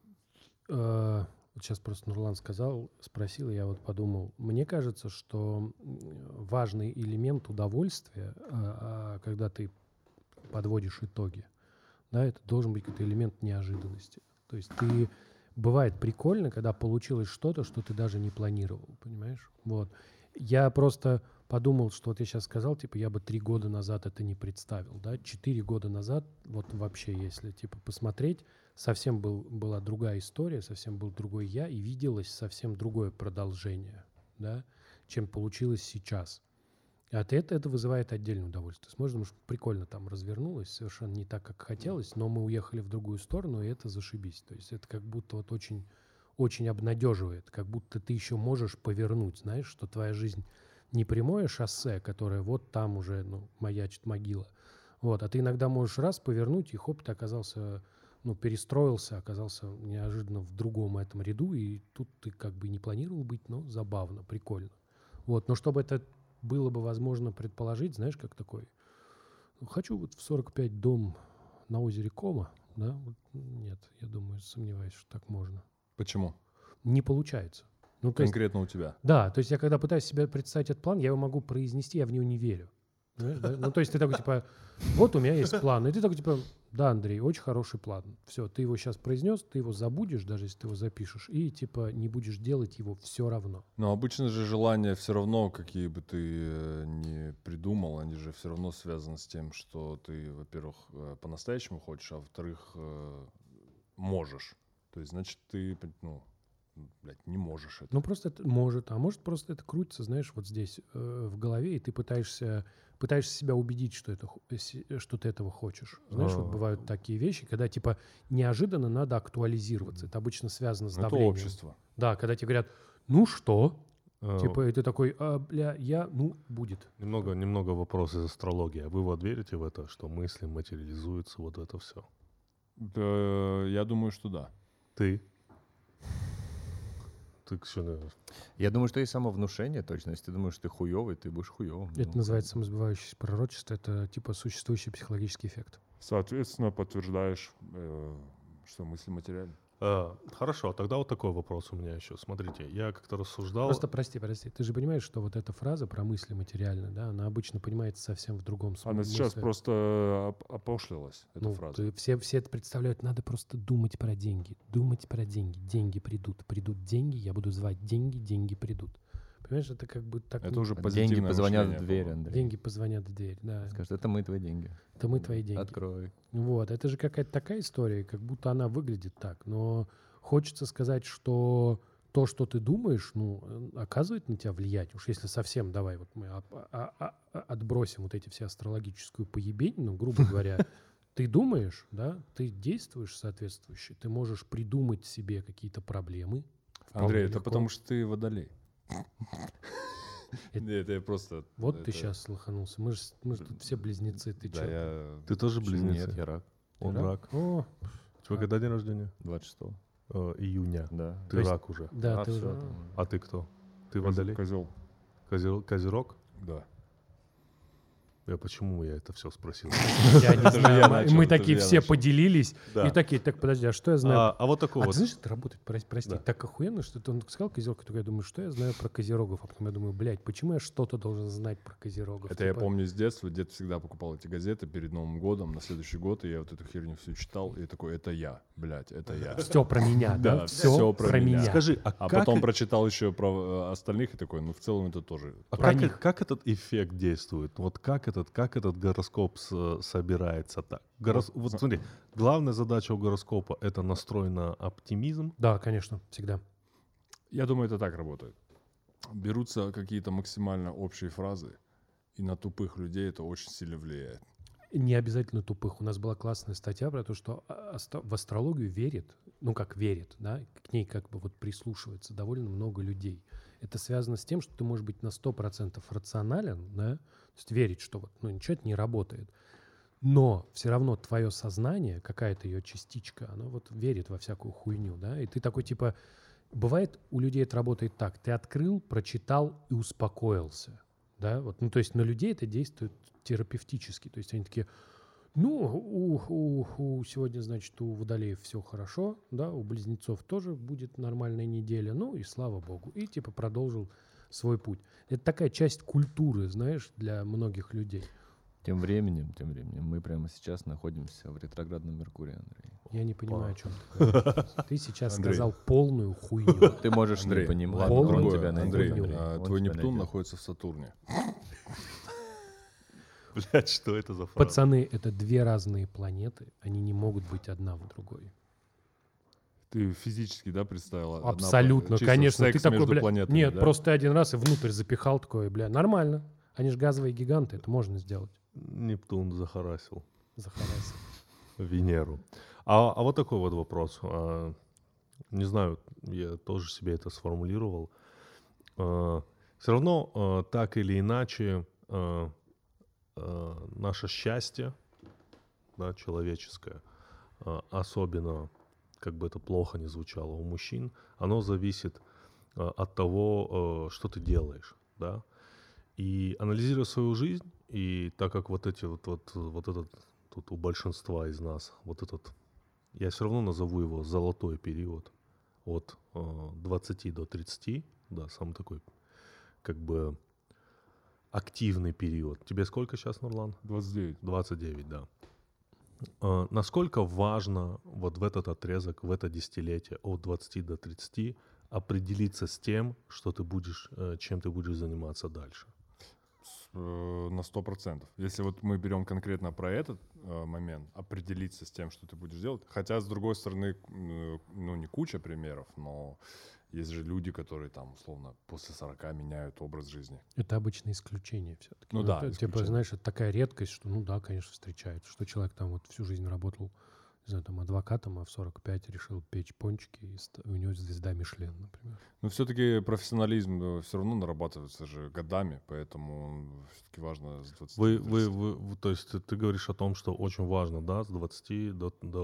сейчас просто Нурлан спросил, и я вот подумал. Мне кажется, что важный элемент удовольствия, когда ты подводишь итоги, да, это должен быть какой-то элемент неожиданности. То есть бывает прикольно, когда получилось что-то, что ты даже не планировал, понимаешь? Вот. Я просто подумал, что вот я сейчас сказал, типа, я бы 3 года назад это не представил, да, 4 года назад, вот вообще, если, типа, посмотреть, совсем была другая история, совсем был другой я, и виделось совсем другое продолжение, да, чем получилось сейчас. Это вызывает отдельное удовольствие. Можно, может, прикольно там развернулось, совершенно не так, как хотелось, но мы уехали в другую сторону, и это зашибись. То есть это как будто вот очень, очень обнадеживает, как будто ты еще можешь повернуть, знаешь, что твоя жизнь не прямое шоссе, которое вот там уже, маячит могила, вот, а ты иногда можешь раз повернуть, и хоп, ты оказался, перестроился, оказался неожиданно в другом этом ряду, и тут ты как бы не планировал быть, но забавно, прикольно. Вот, но чтобы это было бы возможно предположить, знаешь, как такой, хочу вот в 45 дом на озере Кома, да, вот, нет, я думаю, сомневаюсь, что так можно. Почему? Не получается. То есть, Конкретно у тебя. да, то есть я когда пытаюсь себе представить этот план, я его могу произнести, я в него не верю. Понимаешь, да? То есть ты такой, типа, вот у меня есть план. И ты такой, типа, да, Андрей, очень хороший план. Все, ты его сейчас произнес, ты его забудешь, даже если ты его запишешь, и, типа, не будешь делать его все равно. Но обычно же желания все равно, какие бы ты ни придумал, они же все равно связаны с тем, что ты, во-первых, по-настоящему хочешь, а во-вторых, можешь. То есть, значит, ты, не можешь это. Просто это может, а может просто это крутится, знаешь, вот здесь в голове, и ты пытаешься себя убедить, что ты этого хочешь. Знаешь, вот бывают такие вещи, когда типа неожиданно надо актуализироваться. Это обычно связано с давлением. Это общество. Да, когда тебе говорят, ну что? Типа, и ты такой, будет. Немного вопрос из астрологии. А вы вот верите в это, что мысли материализуются, вот это все? Да, я думаю, что да. Ты? Ты что? Я думаю, что есть самовнушение точно. Если ты думаешь, что ты хуёвый, ты будешь хуёвым. Это называется самосбывающееся пророчество. Это типа существующий психологический эффект. Соответственно, подтверждаешь, что мысли материальны. Хорошо, тогда вот такой вопрос у меня еще. Смотрите, я как-то рассуждал... Просто прости. Ты же понимаешь, что вот эта фраза про мысли материальные, да, она обычно понимается совсем в другом смысле. Она сейчас просто опошлилась, эта фраза. Все это представляют, надо просто думать про деньги. Думать про деньги. Деньги придут. Придут деньги, я буду звать деньги, деньги придут. Понимаешь, это как бы так... Это уже Деньги позитивное позвонят мышление в дверь, было. Андрей. Деньги позвонят в дверь, да. Скажут, это мы твои деньги. Это мы твои деньги. Открой. Вот, это же какая-то такая история, как будто она выглядит так. Но хочется сказать, что то, что ты думаешь, оказывает на тебя влияние. Уж если совсем, давай, вот мы отбросим вот эти все астрологическую поебень, грубо говоря, ты думаешь, да, ты действуешь соответствующе, ты можешь придумать себе какие-то проблемы. Андрей, это легко. потому что ты водолей. Нет, я просто... Вот ты сейчас лоханулся. Мы же тут все близнецы. Ты Да, чё? Ты тоже близнецы? Нет, я рак. Он Ты рак. О, У тебя когда день рождения? 26 Июня. Да. Ты рак уже. да, ты всё, уже... там. А ты кто? Ты водолей? Козел. Козерог? Да. Почему я это все спросил? Я не знаю, я начал, мы это такие же я все начал. поделились. Да. И такие, так, подожди, а что я знаю? А вот такой А вот. ты знаешь, это работает, прости, Да. так охуенно, что он сказал козерог, и я думаю, что я знаю про козерогов, а потом я думаю, блядь, почему я что-то должен знать про козерогов? Это я Типа, помню с детства. Дед всегда покупал эти газеты перед Новым годом, на следующий год, и я вот эту херню всю читал, и такой, это я, блядь, это я. Все про меня, да? Да, Все всё про про меня. меня. Скажи, А как потом э- прочитал еще про остальных, и такой, ну, в целом это тоже. А Про как, них. как этот эффект действует? Вот как этот гороскоп собирается так? Вот смотри, главная задача у гороскопа — это настрой на оптимизм. Да, конечно, всегда. Я думаю, это так работает. Берутся какие-то максимально общие фразы, и на тупых людей это очень сильно влияет. Не обязательно тупых. У нас была классная статья про то, что в астрологию верит, ну как верит, да, к ней как бы вот прислушивается довольно много людей. Это связано с тем, что ты можешь быть на 100% рационален, да, то есть верить, что вот, ну, ничего это не работает. Но все равно твое сознание, какая-то ее частичка, она вот верит во всякую хуйню, да, и ты такой типа... Бывает, у людей это работает так. Ты открыл, прочитал и успокоился, да, вот, ну, то есть на людей это действует терапевтически, то есть они такие, ну, сегодня, значит, у водолеев все хорошо, да, у близнецов тоже будет нормальная неделя, ну и слава богу, и типа продолжил свой путь. Это такая часть культуры, знаешь, для многих людей. Тем временем, мы прямо сейчас находимся в ретроградном Меркурии, Андрей. Я не понимаю, о чем ты говоришь. Ты сейчас Андрей. сказал полную хуйню. Ты можешь Андрей, не понимать, ладно, он он другое. тебя найдет. Андрей, Андрей, Он твой тебя Нептун найдет. находится в Сатурне. Блядь, что это за фраза? Пацаны, это две разные планеты, они не могут быть одна в другой. Ты физически, да, представила? Одна Абсолютно, чисто конечно. секс Ты такой, между бля, планетами, нет, да? просто ты один раз и внутрь запихал такое, бля, нормально. Они же газовые гиганты, это можно сделать. Нептун захарасил Захарайся. Венеру. А вот такой вот вопрос. Не знаю, я тоже себе это сформулировал. Все равно, так или иначе, наше счастье, да, человеческое, особенно, как бы это плохо ни звучало, у мужчин, оно зависит от того, что ты делаешь, да. И анализируя свою жизнь, и так как вот этот, тут у большинства из нас, вот этот, я все равно назову его золотой период, от 20 до 30, да, самый такой, как бы, активный период. Тебе сколько сейчас, Нурлан? 29. 29, да. Насколько важно вот в этот отрезок, в это десятилетие от 20 до 30 определиться с тем, что ты будешь, чем ты будешь заниматься дальше? На 100%. Если вот мы берем конкретно про этот момент, определиться с тем, что ты будешь делать. Хотя, с другой стороны, ну, не куча примеров, но есть же люди, которые там, условно, после 40 меняют образ жизни. Это обычное исключение все-таки. Ну да, это, типа, исключение. знаешь, это такая редкость, что, ну да, конечно, встречается, что человек там вот всю жизнь работал, не знаю, там адвокатом, а в 45 решил печь пончики, и у него звезда Мишлен, например. Но все-таки профессионализм все равно нарабатывается же годами, поэтому все-таки важно с 20 То есть ты говоришь о том, что очень важно, да, с 20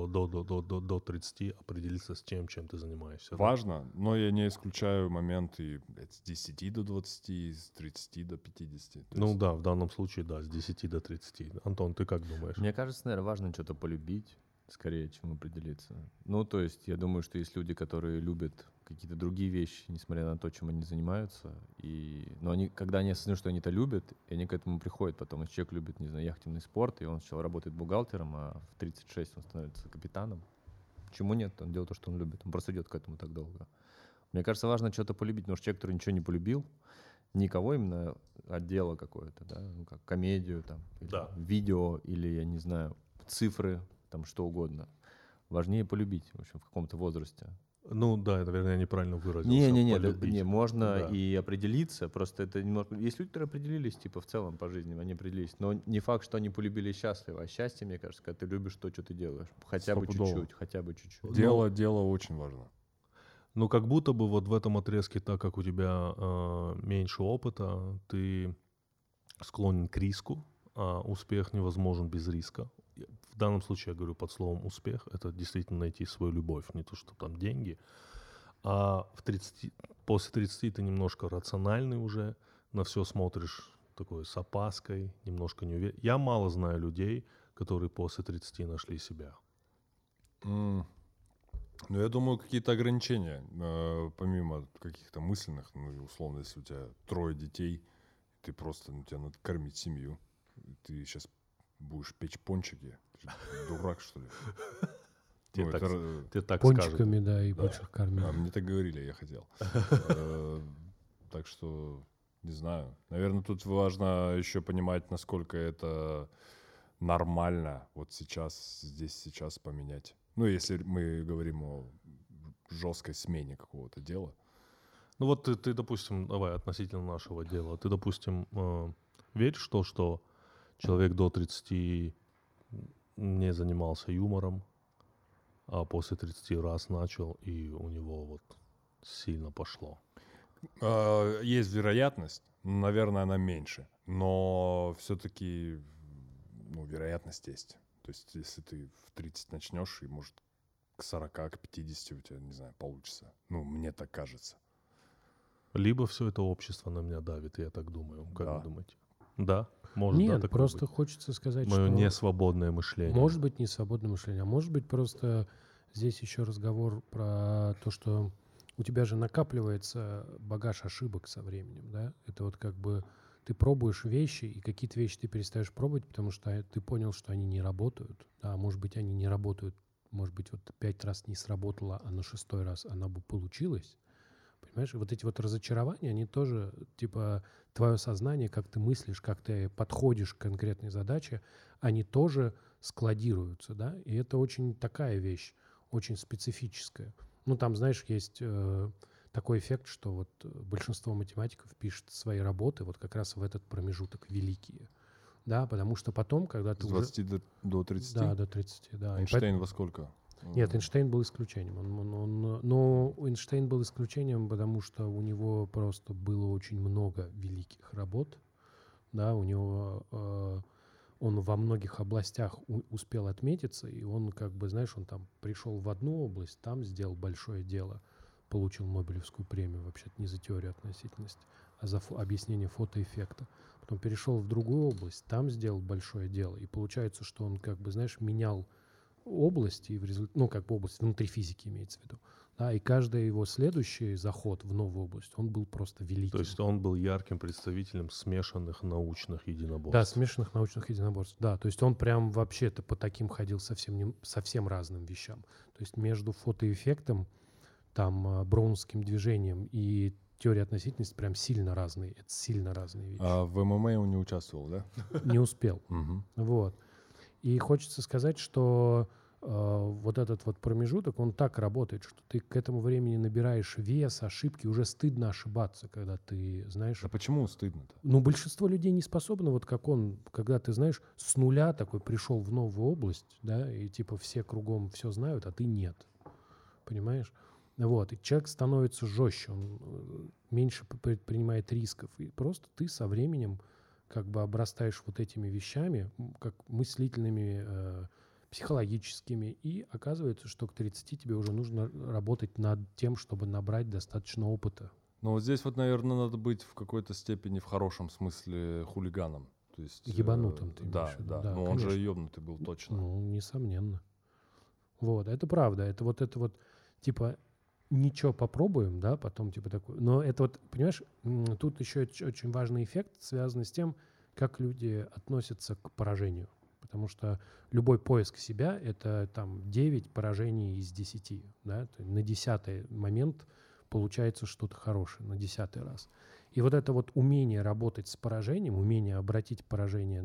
до 30 определиться с чем ты занимаешься. да? Важно, но я не исключаю моменты с 10 до 20, с 30 до 50. То Ну есть да, в данном случае, да, с 10 до 30. Антон, ты как думаешь? Мне кажется, наверное, важно что-то полюбить, скорее, чем определиться. Ну, то есть, я думаю, что есть люди, которые любят какие-то другие вещи, несмотря на то, чем они занимаются. Но они, когда они осознают, что они это любят, и они к этому приходят потом. Если человек любит, не знаю, яхтенный спорт, и он сначала работает бухгалтером, а в 36 он становится капитаном. Почему нет? Он делает то, что он любит. Он просто идет к этому так долго. Мне кажется, важно что-то полюбить, потому что человек, который ничего не полюбил, никого именно отдела какое-то, да, ну, как комедию, там, или Да. видео, или, я не знаю, цифры, там, что угодно. Важнее полюбить, в общем, в каком-то возрасте. Ну да, наверное, я неправильно выразился. Не, полюбить. можно Да. и определиться, просто это немного... Есть люди, которые определились, типа, в целом по жизни, они определились, но не факт, что они полюбили и счастливы, а счастье, мне кажется, когда ты любишь то, что ты делаешь, хотя бы Стопудово. чуть-чуть, хотя бы чуть-чуть. дело очень важно. Ну, как будто бы вот в этом отрезке, так как у тебя меньше опыта, ты склонен к риску, а успех невозможен без риска. В данном случае я говорю под словом «успех». Это действительно найти свою любовь, не то, что там деньги. А после 30 ты немножко рациональный уже, на все смотришь такое с опаской, немножко не уверен. Я мало знаю людей, которые после 30 нашли себя. Ну, я думаю, какие-то ограничения, помимо каких-то мысленных, ну, и условно, если у тебя 3 детей, ты просто, тебе надо кормить семью, ты сейчас будешь печь пончики, ты дурак, что ли? Тебе так скажут. Пончиками, да, и больше кормить. Мне так говорили, я хотел. Так что, не знаю. Наверное, тут важно еще понимать, насколько это нормально вот сейчас, здесь, сейчас поменять. Ну, если мы говорим о жесткой смене какого-то дела. Ну вот ты, допустим, давай относительно нашего дела, ты, допустим, веришь в то, что человек до 30 не занимался юмором, а после 30 раз начал, и у него вот сильно пошло? Есть вероятность, наверное, она меньше, но все-таки вероятность есть. То есть если ты в 30 начнешь, и может к 40, к 50 у тебя, не знаю, получится. Ну, мне так кажется. Либо все это общество на меня давит, я так думаю. Как Да. вы думаете? Да? Может, Нет, да, такое просто быть? хочется сказать, Мое что... несвободное мышление. Может быть, не свободное мышление, а может быть, просто здесь еще разговор про то, что у тебя же накапливается багаж ошибок со временем, да? Это вот как бы ты пробуешь вещи, и какие-то вещи ты перестаешь пробовать, потому что ты понял, что они не работают. Да, может быть, они не работают, может быть, вот 5 раз не сработало, а на 6-й раз она бы получилась. Понимаешь, вот эти вот разочарования, они тоже, типа, твое сознание, как ты мыслишь, как ты подходишь к конкретной задаче, они тоже складируются, да, и это очень такая вещь, очень специфическая. Ну, там, знаешь, есть такой эффект, что вот большинство математиков пишет свои работы вот как раз в этот промежуток великие, да, потому что потом, когда ты С 20 до 30? Да, до 30, да. Эйнштейн во сколько? Нет, Эйнштейн был исключением. Но Эйнштейн был исключением, потому что у него просто было очень много великих работ. Да, у него он во многих областях успел отметиться, и он, как бы, знаешь, он там пришел в одну область, там сделал большое дело, получил Нобелевскую премию, вообще-то не за теорию относительности, а за объяснение фотоэффекта. Потом перешел в другую область, там сделал большое дело, и получается, что он, как бы, знаешь, менял области, ну, как бы область внутри физики имеется в виду. Да, и каждый его следующий заход в новую область, он был просто великим. То есть он был ярким представителем смешанных научных единоборств. Да, смешанных научных единоборств. Да, то есть он прям вообще-то по таким ходил совсем разным вещам. То есть между фотоэффектом, там, броуновским движением и теорией относительности прям сильно разные. Это сильно разные вещи. А в ММА он не участвовал, да? Не успел. Мгм. Вот. И хочется сказать, что вот этот вот промежуток, он так работает, что ты к этому времени набираешь вес, ошибки, уже стыдно ошибаться, когда ты, знаешь... А почему стыдно-то? Ну, большинство людей не способно, вот как он, когда ты, знаешь, с нуля такой пришел в новую область, да, и типа все кругом все знают, а ты нет. Понимаешь? Вот, и человек становится жестче, он меньше предпринимает рисков, и просто ты со временем как бы обрастаешь вот этими вещами, как мыслительными, психологическими, и оказывается, что к 30 тебе уже нужно работать над тем, чтобы набрать достаточно опыта. Ну вот здесь вот, наверное, надо быть в какой-то степени, в хорошем смысле, хулиганом. То есть, Ебанутым ты да, имеешь в виду? да. Да, Но он же конечно. ебнутый был точно. Ну, несомненно. Вот, это правда. Это вот, типа, ничего попробуем, да, потом типа такой. Но это вот, понимаешь, тут еще очень важный эффект, связанный с тем, как люди относятся к поражению. Потому что любой поиск себя — это там 9 поражений из 10. Да? На 10-й момент получается что-то хорошее, на 10-й раз. И вот это вот умение работать с поражением, умение обратить поражение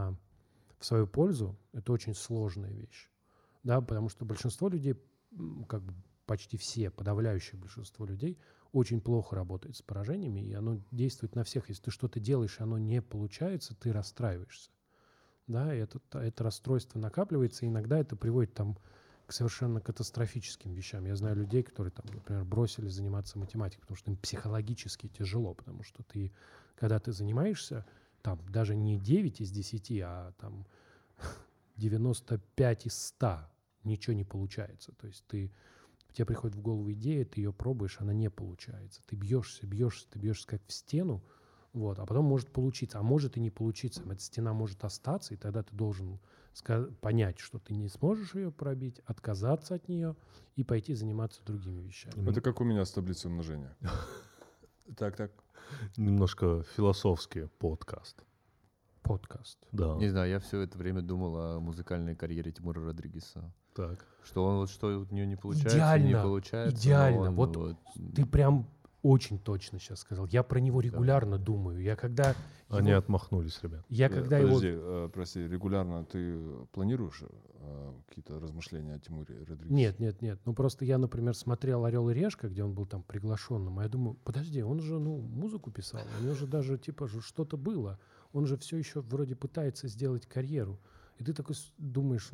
в свою пользу — это очень сложная вещь. Да? Потому что большинство людей, как бы почти все, подавляющее большинство людей, очень плохо работает с поражениями, и оно действует на всех. Если ты что-то делаешь, и оно не получается, ты расстраиваешься. Да, и это расстройство накапливается, и иногда это приводит там к совершенно катастрофическим вещам. Я знаю людей, которые, там, например, бросили заниматься математикой, потому что им психологически тяжело, потому что когда ты занимаешься, там, даже не 9 из 10, а там 95 из 100 ничего не получается. То есть тебе приходит в голову идея, ты ее пробуешь, она не получается. Ты бьешься как в стену, Вот, а потом может получиться, а может и не получиться. Эта стена может остаться, и тогда ты должен понять, что ты не сможешь ее пробить, отказаться от нее и пойти заниматься другими вещами. Это как у меня с таблицей умножения. Так. Немножко философский подкаст. Подкаст. Да. Не знаю, я все это время думал о музыкальной карьере Тимура Родригеса. Так. Что он вот что у него не получается, Идеально, не получается. но идеально. он Вот ты прям очень точно сейчас сказал. Я про него регулярно думаю. Я когда Они его- отмахнулись, ребят. я когда его Подожди, прости, регулярно ты планируешь какие-то размышления о Тимуре Родригесе? Нет. Ну просто я, например, смотрел «Орел и решка», где он был там приглашенным, а я думаю, подожди, он же, музыку писал, у него же даже, типа, же что-то было. Он же все еще вроде пытается сделать карьеру. И ты такой думаешь,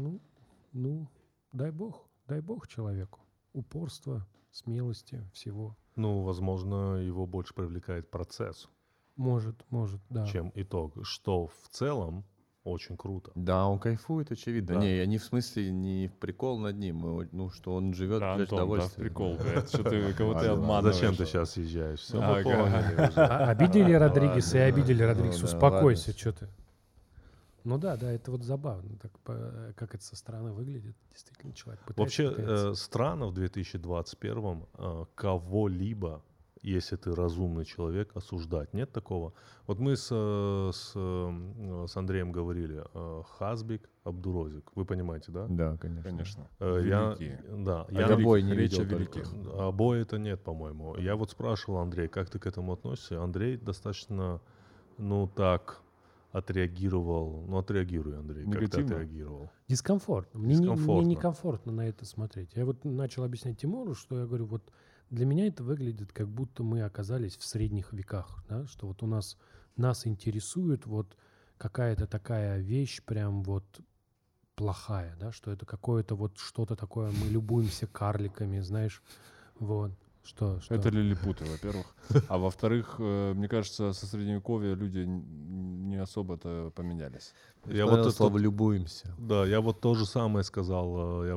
дай бог человеку. Упорства, смелости, всего. Ну, возможно, его больше привлекает процесс, Может, да. чем итог. Что в целом очень круто. Да, он кайфует, очевидно. Да. Не, я не в смысле, не в прикол над ним, что он живет Да, для Антон, да, в удовольствия. прикол, блядь. Что ты, кого ты Ладно, обманываешь? Зачем ты сейчас съезжаешь? Все, мы Ага. поняли уже. Обидели Родригеса и ладно, обидели ну Родригеса. да, Успокойся, ладно. что ты. Ну да, это вот забавно, так, как это со стороны выглядит. Действительно, человек пытается. Вообще странно в 2021 кого-либо, если ты разумный человек, осуждать. Нет такого? Вот мы с Андреем говорили, Хазбик, Абдурозик. Вы понимаете, да? Да, конечно. Конечно. Я Великие. обои не Речь о видел великих. только. Обои это нет, по-моему. Я вот спрашивал Андрея, как ты к этому относишься? Андрей достаточно, так отреагировал. Отреагируй, Андрей, как ты Негативно? отреагировал? Дискомфортно. Мне Дискомфортно. некомфортно на это смотреть. Я вот начал объяснять Тимуру, что я говорю, вот для меня это выглядит, как будто мы оказались в средних веках, да? Что вот нас интересует вот какая-то такая вещь прям вот плохая, да, что это какое-то вот что-то такое, мы любуемся карликами, знаешь, вот. Что? Это лилипуты, во-первых. А во-вторых, мне кажется, со средневековья люди не особо-то поменялись. Я вот это- слово «любуемся». Да, я вот то же самое сказал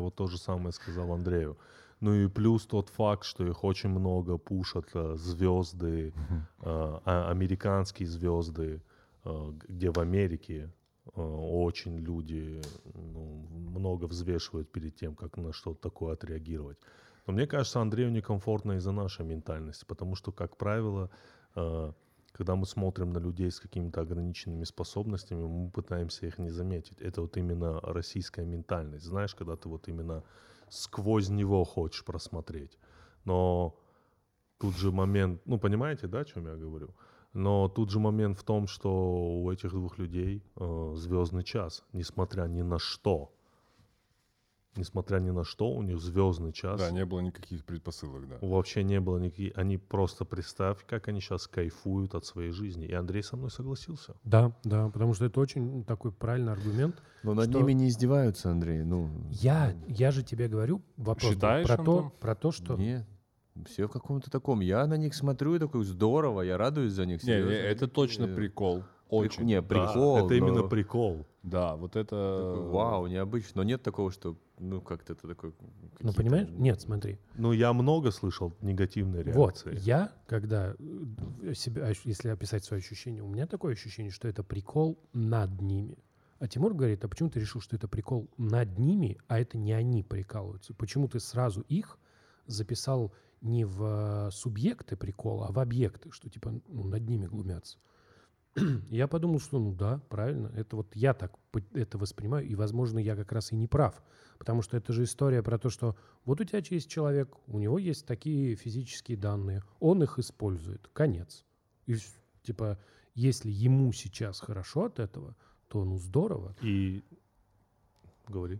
Андрею. Ну и плюс тот факт, что их очень много пушат звезды, американские звезды, где в Америке очень люди много взвешивают перед тем, как на что-то такое отреагировать. Но мне кажется, Андрею некомфортно из-за нашей ментальности, потому что, как правило, когда мы смотрим на людей с какими-то ограниченными способностями, мы пытаемся их не заметить. Это вот именно российская ментальность. Знаешь, когда ты вот именно сквозь него хочешь просмотреть. Но тут же момент, понимаете, да, о чем я говорю? Но тут же момент в том, что у этих двух людей звездный час, несмотря ни на что. Несмотря ни на что, у них звездный час. Да, не было никаких предпосылок, да. Вообще не было никаких. Они просто, представь, как они сейчас кайфуют от своей жизни. И Андрей со мной согласился. Да, потому что это очень такой правильный аргумент. Но над Что- ними не издеваются, Андрей. Я же тебе говорю вопрос был Считаешь, Антон? про то, что... Нет, все в каком-то таком. Я на них смотрю и такой, здорово, я радуюсь за них. Не, серьезно. это точно прикол. Очень. Не, Да, прикол. это именно но прикол. Да, вот это... такой, вау, необычно. Но нет такого, что, как-то это такой... Ну, понимаешь? Нет, смотри. Я много слышал негативной Вот, реакции. я, когда если описать свои ощущения, у меня такое ощущение, что это прикол над ними. А Тимур говорит, а почему ты решил, что это прикол над ними, а это не они прикалываются? Почему ты сразу их записал не в субъекты прикола, а в объекты, что типа над ними глумятся? Я подумал, что да, правильно, это вот я так это воспринимаю, и, возможно, я как раз и не прав, потому что это же история про то, что вот у тебя есть человек, у него есть такие физические данные, он их использует, конец. И типа, если ему сейчас хорошо от этого, то здорово. И говори.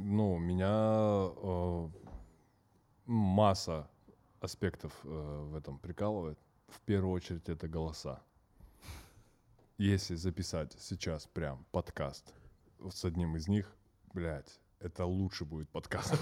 Меня масса аспектов в этом прикалывает. В первую очередь это голоса. Если записать сейчас прям подкаст с одним из них, блядь, это лучше будет подкаст.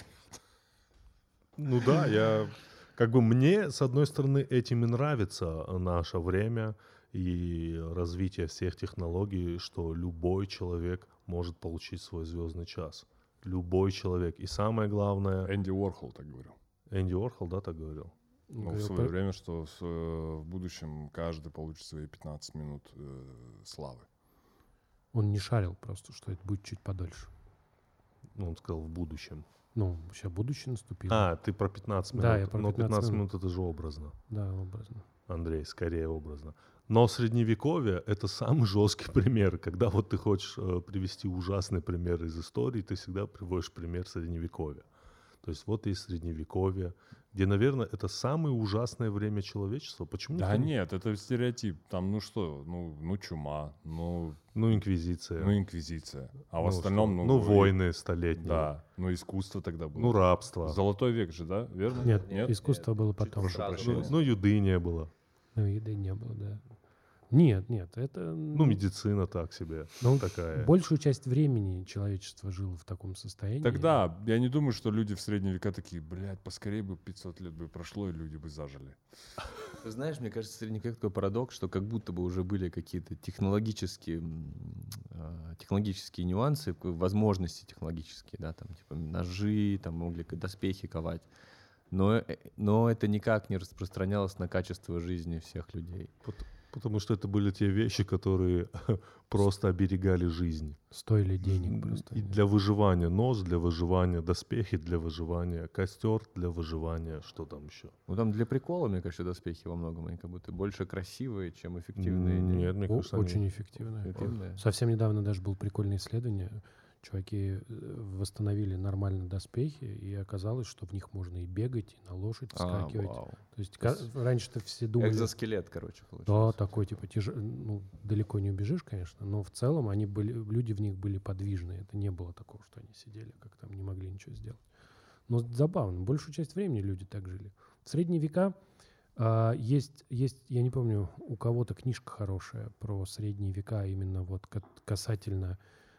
Мне, с одной стороны, этим и нравится наше время и развитие всех технологий, что любой человек может получить свой звездный час. Любой человек. И самое главное... Энди Уорхол так говорил. Энди Уорхол, да, так говорил? в говорил свое про- время, что в будущем каждый получит свои 15 минут славы. Он не шарил просто, что это будет чуть подольше. Ну, он сказал в будущем. Ну, сейчас будущее наступило. А, ты про 15 минут. Да, я про Но 15 минут. минут это же образно. Да, образно. Андрей, скорее образно. Но средневековье — это самый жесткий пример. Когда вот ты хочешь привести ужасный пример из истории, ты всегда приводишь пример средневековья. То есть вот есть средневековье, где, наверное, это самое ужасное время человечества. Почему? Да никто не- нет, это стереотип. Там, ну что, ну чума, Ну, инквизиция. ну инквизиция. А в Ну, остальном, что? ну... войны столетние. Да, ну искусство тогда было. Ну, рабство. Золотой век же, да? Верно? Нет, искусство было потом. прошу Сразу прощения. Ну, еды не было. Ну, еды не было, да. Нет, это... Ну, медицина так себе. Ну, Такая. большую часть времени человечество жило в таком состоянии. Тогда я не думаю, что люди в средние века такие, блядь, поскорее бы 500 лет бы прошло, и люди бы зажили. Ты знаешь, мне кажется, среди век такой парадокс, что как будто бы уже были какие-то технологические нюансы, возможности технологические, да, там типа ножи, там могли доспехи ковать. Но это никак не распространялось на качество жизни всех людей. Потому что это были те вещи, которые просто оберегали жизнь. Стоили денег просто. И для выживания нож, для выживания доспехи, для выживания костер, для выживания что там еще? Ну там для прикола, мне кажется, доспехи во многом они как будто больше красивые, чем эффективные. Нет, мне кажется, они- Очень эффективно. Эффективные. Совсем недавно даже было прикольное исследование. Чуваки восстановили нормально доспехи, и оказалось, что в них можно и бегать, и на лошадь вскакивать. Вау. То есть раньше-то все думали... Экзоскелет, короче, Да, получается. такой типа ну, далеко не убежишь, конечно, но в целом люди в них были подвижные. Это не было такого, что они сидели, как там не могли ничего сделать. Но забавно, большую часть времени люди так жили. В средние века есть, я не помню, у кого-то книжка хорошая про средние века, именно вот касательно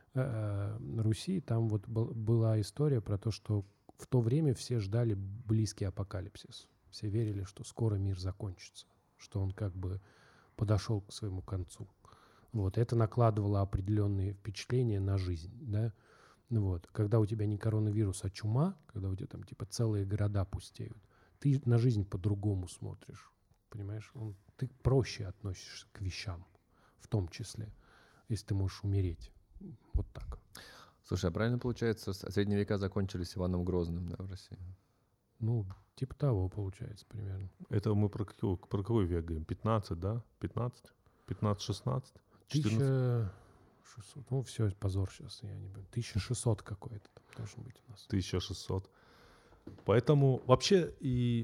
Руси. Там вот была история про то, что в то время все ждали близкий апокалипсис. Все верили, что скоро мир закончится, что он как бы подошел к своему концу. Вот. Это накладывало определенные впечатления на жизнь, да. Вот. Когда у тебя не коронавирус, а чума, когда у тебя там типа целые города пустеют, ты на жизнь по-другому смотришь, понимаешь? Ты проще относишься к вещам, в том числе, если ты можешь умереть. Вот так. Слушай, а правильно получается, средние века закончились Иваном Грозным, да, в России? Ну, типа того получается примерно. Это мы про какой век говорим? 15, да? 15? 15-16? 14? 1600. Ну, все, позор сейчас. Я не помню. 1600 какой-то там должен быть у нас. 1600. Поэтому вообще и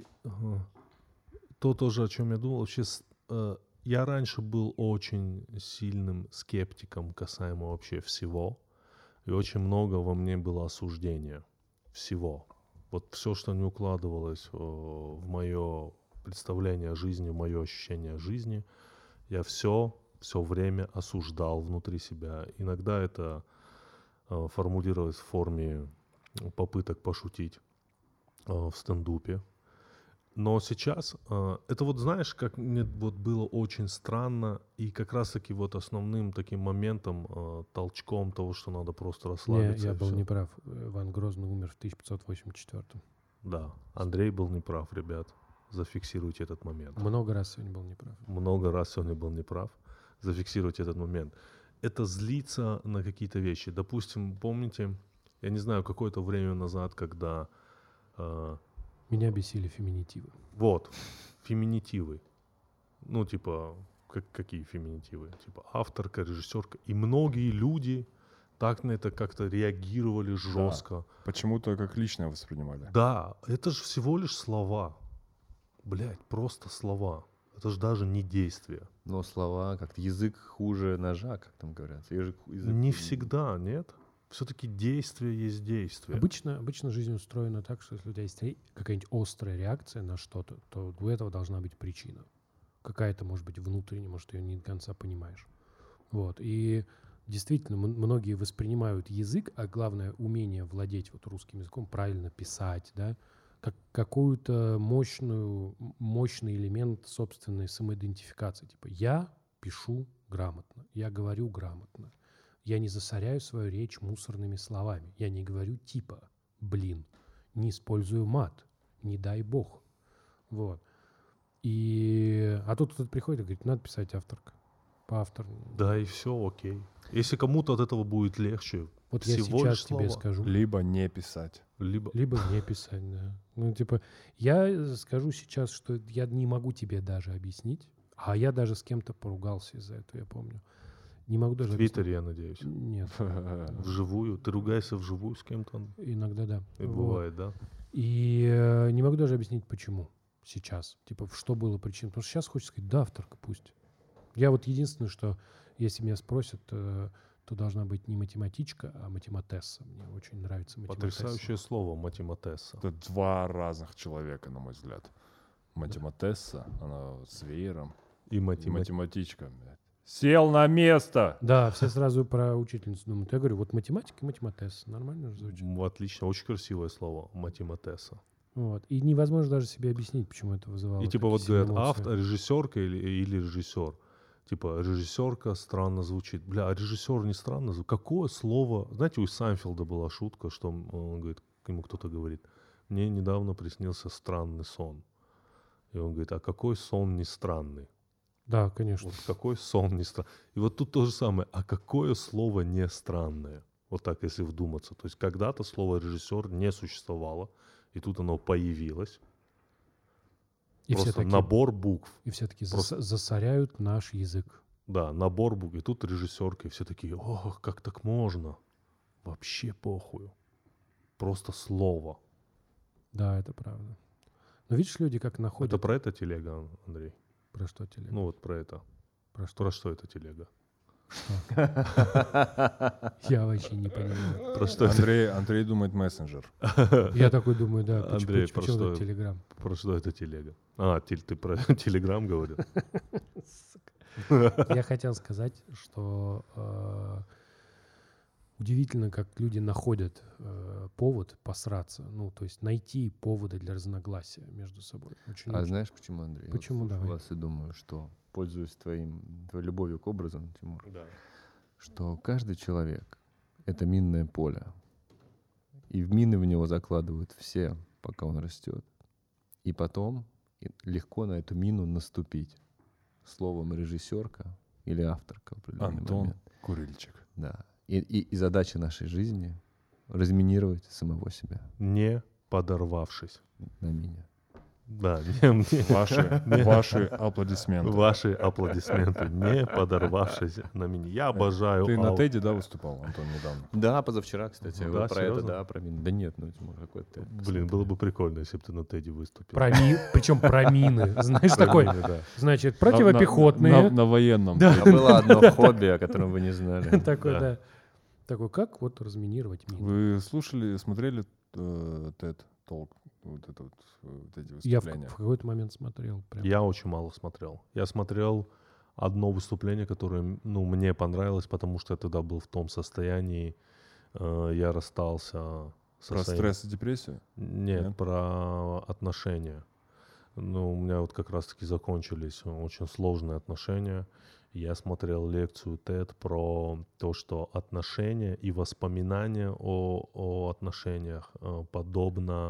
то тоже, о чем я думал, вообще я раньше был очень сильным скептиком касаемо вообще всего. И очень много во мне было осуждения всего. Вот все, что не укладывалось в мое представление о жизни, в мое ощущение жизни, я все время осуждал внутри себя. Иногда это формулировалось в форме попыток пошутить в стендупе. Но сейчас, это вот знаешь, как мне вот было очень странно, и как раз-таки вот основным таким моментом, толчком того, что надо просто Не, расслабиться. я и был всё. неправ. Иван Грозный умер в 1584. Да, Андрей был неправ, ребят. Зафиксируйте этот момент. Много раз сегодня был неправ. Много раз сегодня был неправ. Зафиксируйте этот момент. Это злиться на какие-то вещи. Допустим, помните, я не знаю, какое-то время назад, когда... Меня бесили феминитивы. Вот, феминитивы. Ну, типа, какие феминитивы? Типа авторка, режиссерка. И многие люди так на это как-то реагировали жестко. Почему-то как личное воспринимали. Да, это же всего лишь слова. Блядь, просто слова. Это же даже не действие. Но слова, как-то язык хуже ножа, как там говорят. Язык Не всегда, нет? Все-таки действие есть действие. Обычно жизнь устроена так, что если у тебя есть какая-нибудь острая реакция на что-то, то у этого должна быть причина. Какая-то, может быть, внутренняя, может, ты ее не до конца понимаешь. Вот. И действительно, многие воспринимают язык, а главное, умение владеть вот русским языком, правильно писать, да, как какую-то мощный элемент собственной самоидентификации. Типа я пишу грамотно, я говорю грамотно. Я не засоряю свою речь мусорными словами. Я не говорю типа, блин, не использую мат, не дай бог. Вот. А тут кто-то приходит и говорит, надо писать авторка. По автору. Да, и все, окей. Если кому-то от этого будет легче, Вот я всего сейчас лишь тебе слова. скажу. Либо не писать. либо... Либо не писать, да. Ну, типа, я скажу сейчас, что я не могу тебе даже объяснить, а я даже с кем-то поругался из-за этого, я помню. Не могу В даже объяснить. Твиттере, я надеюсь. Нет, Вживую. Ты ругаешься вживую с кем-то? иногда да. И Вот. бывает, да? И не могу даже объяснить, почему сейчас. Типа, что было причиной. Потому что сейчас хочется сказать, да, авторка пусть. Я вот единственное, что если меня спросят, то должна быть не математичка, а математесса. Мне очень нравится математесса. Потрясающее слово математесса. Это два разных человека, на мой взгляд. Математесса, она с веером, И и математика. математичка. Блядь. Сел на место! Да, все сразу про учительницу думают. Я говорю, вот математика и математесса. Нормально же звучит. Отлично, очень красивое слово. Математесса. Вот. И невозможно даже себе объяснить, почему это вызывало. И типа такие вот сильные говорят, эмоции. режиссерка или режиссер. Типа режиссерка странно звучит. Бля, а режиссер не странно звучит. Какое слово? Знаете, у Сайнфелда была шутка, что он говорит, ему кто-то говорит, мне недавно приснился странный сон. И он говорит, а какой сон не странный? Да, конечно. Вот какой сон не странный? И вот тут то же самое. А какое слово не странное? Вот так, если вдуматься. То есть когда-то слово режиссер не существовало, и тут оно появилось. И все Просто таки, набор букв. и все таки просто- засоряют наш язык. Да, набор букв. И тут режиссерка, и все такие, ох, как так можно? Вообще похуй. Просто слово. Да, это правда. Но видишь, люди как находят... Это про это телега, Андрей? Про что телега? Ну вот про это. Про что? Про что это телега? Я вообще не понимаю. Про что это, Андрей думает мессенджер. Я такой думаю, да, Андрей, почему просто- это Телеграм? про что это телега? А, ты про телеграм говорил? Я хотел сказать, что удивительно, как люди находят повод посраться. Ну, то есть найти поводы для разногласия между собой. Очень А знаешь почему, Андрей? Почему? Вот слушаю Давай. вас и думаю, что, пользуясь твоей любовью к образам, Тимур, Да. что каждый человек — это минное поле. И в мины в него закладывают все, пока он растет. И потом легко на эту мину наступить. Словом режиссерка или авторка в определенный Антон момент. Курильчик. Да. И задача нашей жизни — разминировать самого себя Не подорвавшись. на мине. Да, не- Ваши аплодисменты. ваши аплодисменты. Не подорвавшись на меня. Я обожаю... Ты на Теди, да, выступал, Антон, недавно? Да, позавчера, кстати. Да, Вот про это, серьезно? да, про мины. Да нет, ну, Тимур, какой ты. Блин, было бы прикольно, если бы ты на Теди выступил. Причем про мины. Знаешь, Про такой, мины, да. значит, противопехотные. На военном. Да. А было одно хобби, о котором вы не знали. Такой, Да. да. Такой, как вот разминировать мины? Вы слушали, смотрели TED Talk? Вот эти Я в выступления? какой-то момент смотрел. Прям. Я очень мало смотрел. Я смотрел одно выступление, которое, ну, мне понравилось, потому что я тогда был в том состоянии, я расстался со Про своим... стресс и депрессию? Нет, Нет? про отношения. Ну, у меня вот как раз-таки закончились очень сложные отношения. Я смотрел лекцию TED про то, что отношения и воспоминания о отношениях подобно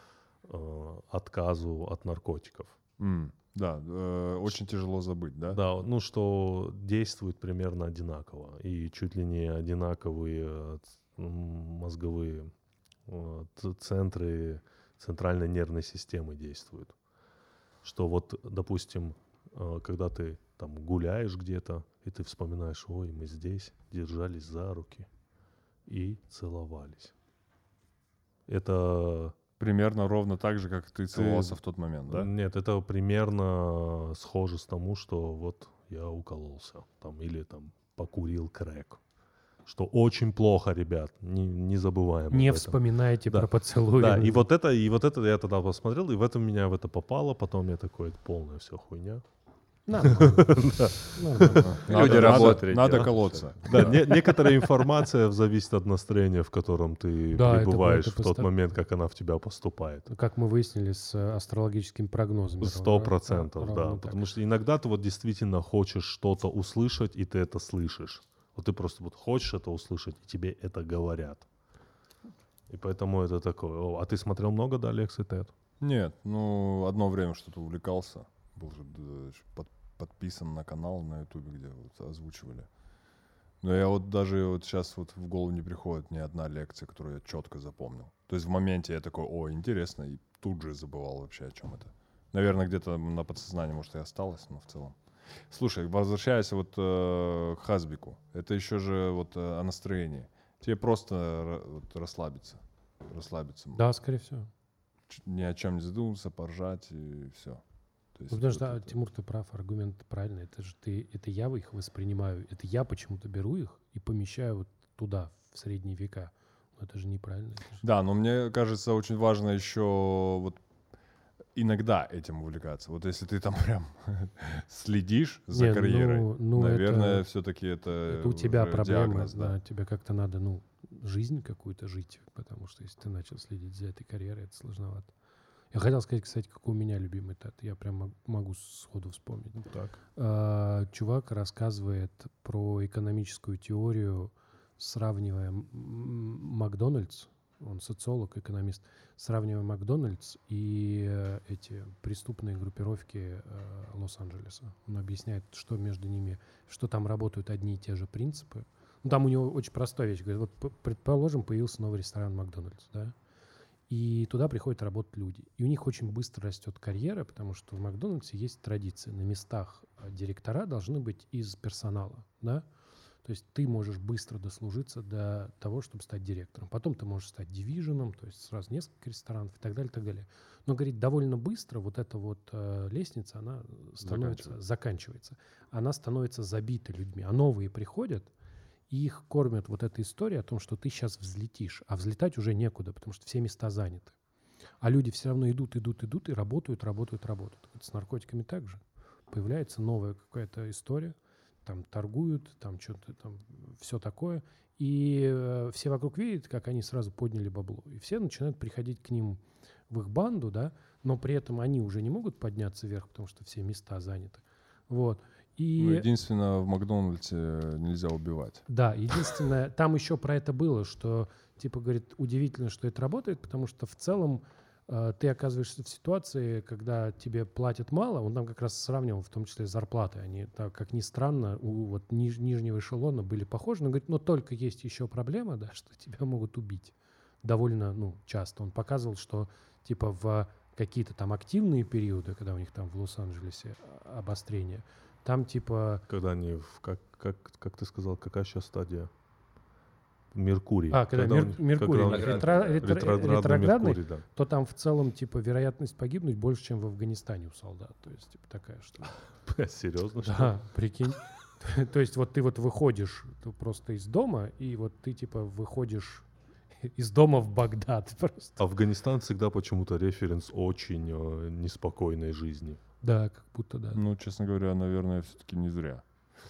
отказу от наркотиков. Да, очень тяжело забыть, да? Да, ну что действует примерно одинаково. И чуть ли не одинаковые мозговые центры центральной нервной системы действуют. Что вот, допустим, когда ты там гуляешь где-то, и ты вспоминаешь, ой, мы здесь держались за руки и целовались. Это... Примерно ровно так же, как ты целовался в тот момент, да? Нет, это примерно схоже с тому, что вот я укололся там, или там покурил крэк. Что очень плохо, ребят, не забываем. Не об этом. вспоминайте Да. про поцелуй. Да, и вот это я тогда посмотрел, и в это меня в это попало, потом я такой, это полная все хуйня. Нормально. Нормально. Люди работают. Надо колоться. Да, некоторая информация зависит от настроения, в котором ты Да, это пребываешь это в тот момент, как она в тебя поступает. Как мы выяснили с астрологическими прогнозами. 100%, Ровно да. так. Потому что иногда ты вот действительно хочешь что-то услышать, и ты это слышишь. Вот ты просто вот хочешь это услышать, и тебе это говорят. И поэтому это такое. А ты смотрел много, да, лекций TED? Нет, ну, одно время что-то увлекался. был же подписан на канал на Ютубе, где вот озвучивали. Но я вот даже вот сейчас вот в голову не приходит ни одна лекция, которую я четко запомнил. То есть в моменте я такой, о, интересно, и тут же забывал вообще, о чем это. Наверное, где-то на подсознании, может, и осталось, но в целом. Слушай, возвращаясь вот к Хазбику, это еще же вот о настроении. Тебе просто вот расслабиться. Да, скорее всего. Ни о чем не задуматься, поржать и все. Ну, потому что, Тимур, ты прав, аргумент правильный. Это я их воспринимаю, это я почему-то беру их и помещаю вот туда, в средние века. Но это же неправильно. Да, но мне кажется, очень важно еще вот иногда этим увлекаться. Вот если ты там прям следишь за карьерой, наверное, все-таки это у тебя проблема, диагноз, да. Тебе как-то надо, жизнь какую-то жить, потому что если ты начал следить за этой карьерой, это сложновато. Я хотел сказать, кстати, какой у меня любимый тет. Я прям могу сходу вспомнить. Так. Чувак рассказывает про экономическую теорию, сравнивая Макдональдс, он социолог, экономист, сравнивая Макдональдс и эти преступные группировки Лос-Анджелеса. Он объясняет, что между ними, что там работают одни и те же принципы. Там у него очень простая вещь. Говорит, вот предположим, появился новый ресторан Макдональдс, да? И туда приходят работать люди. И у них очень быстро растет карьера, потому что в Макдональдсе есть традиция. На местах директора должны быть из персонала, да? То есть ты можешь быстро дослужиться до того, чтобы стать директором. Потом ты можешь стать дивиженом, то есть сразу несколько ресторанов и так далее, и так далее. Но, говорит, довольно быстро вот эта вот лестница, она заканчивается. Она становится забита людьми. А новые приходят, и их кормят вот этой историей о том, что ты сейчас взлетишь, а взлетать уже некуда, потому что все места заняты. А люди все равно идут и работают. Вот с наркотиками также. Появляется новая какая-то история, там торгуют, там что-то там, все такое. И все вокруг видят, как они сразу подняли бабло. И все начинают приходить к ним в их банду, да, но при этом они уже не могут подняться вверх, потому что все места заняты. Вот. И... единственное, в Макдональдсе нельзя убивать. Да, единственное, там еще про это было, что, типа, говорит, удивительно, что это работает, потому что в целом ты оказываешься в ситуации, когда тебе платят мало, он там как раз сравнивал, в том числе зарплаты, они, так, как ни странно, у вот нижнего эшелона были похожи, но, говорит, но только есть еще проблема, да, что тебя могут убить довольно, часто. Он показывал, что, типа, в какие-то там активные периоды, когда у них там в Лос-Анджелесе обострение, там типа... Когда они, как ты сказал, какая сейчас стадия? Меркурий. Когда Меркурий ретроградный, Меркурий, да. то там в целом типа вероятность погибнуть больше, чем в Афганистане у солдат. То есть типа такая штука. Серьезно? Да, прикинь. То есть вот ты вот выходишь просто из дома, и вот ты типа выходишь из дома в Багдад просто. Афганистан всегда почему-то референс очень неспокойной жизни. Да, как будто да. Честно говоря, наверное, все-таки не зря.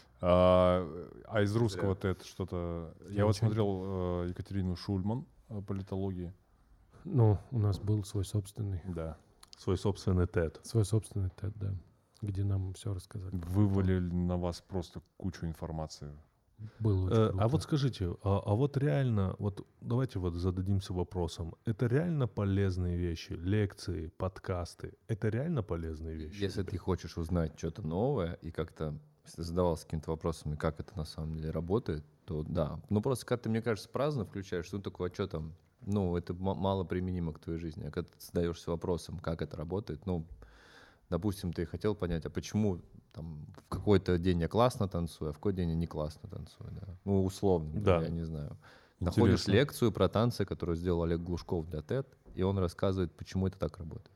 А из русского TED что-то... Я вот смотрел Екатерину Шульман о политологии. У нас был свой собственный. Да. Свой собственный TED. Свой собственный TED, да. Где нам все рассказали. Вывалили на вас просто кучу информации. Было очень круто. А вот скажите, а вот реально, вот давайте вот зададимся вопросом. Это реально полезные вещи? Лекции, подкасты. Это реально полезные вещи? Если ты хочешь узнать что-то новое и как-то если задавался какими-то вопросами, как это на самом деле работает, то да. Просто когда ты, мне кажется, праздно включаешь, что такое, а что там, это мало применимо к твоей жизни. А когда ты задаешься вопросом, как это работает, допустим, ты хотел понять, а почему там в какой-то день я классно танцую, а в какой день я не классно танцую, да. Условно, да. Я не знаю. Интересно. Находишь лекцию про танцы, которую сделал Олег Глушков для TED, и он рассказывает, почему это так работает.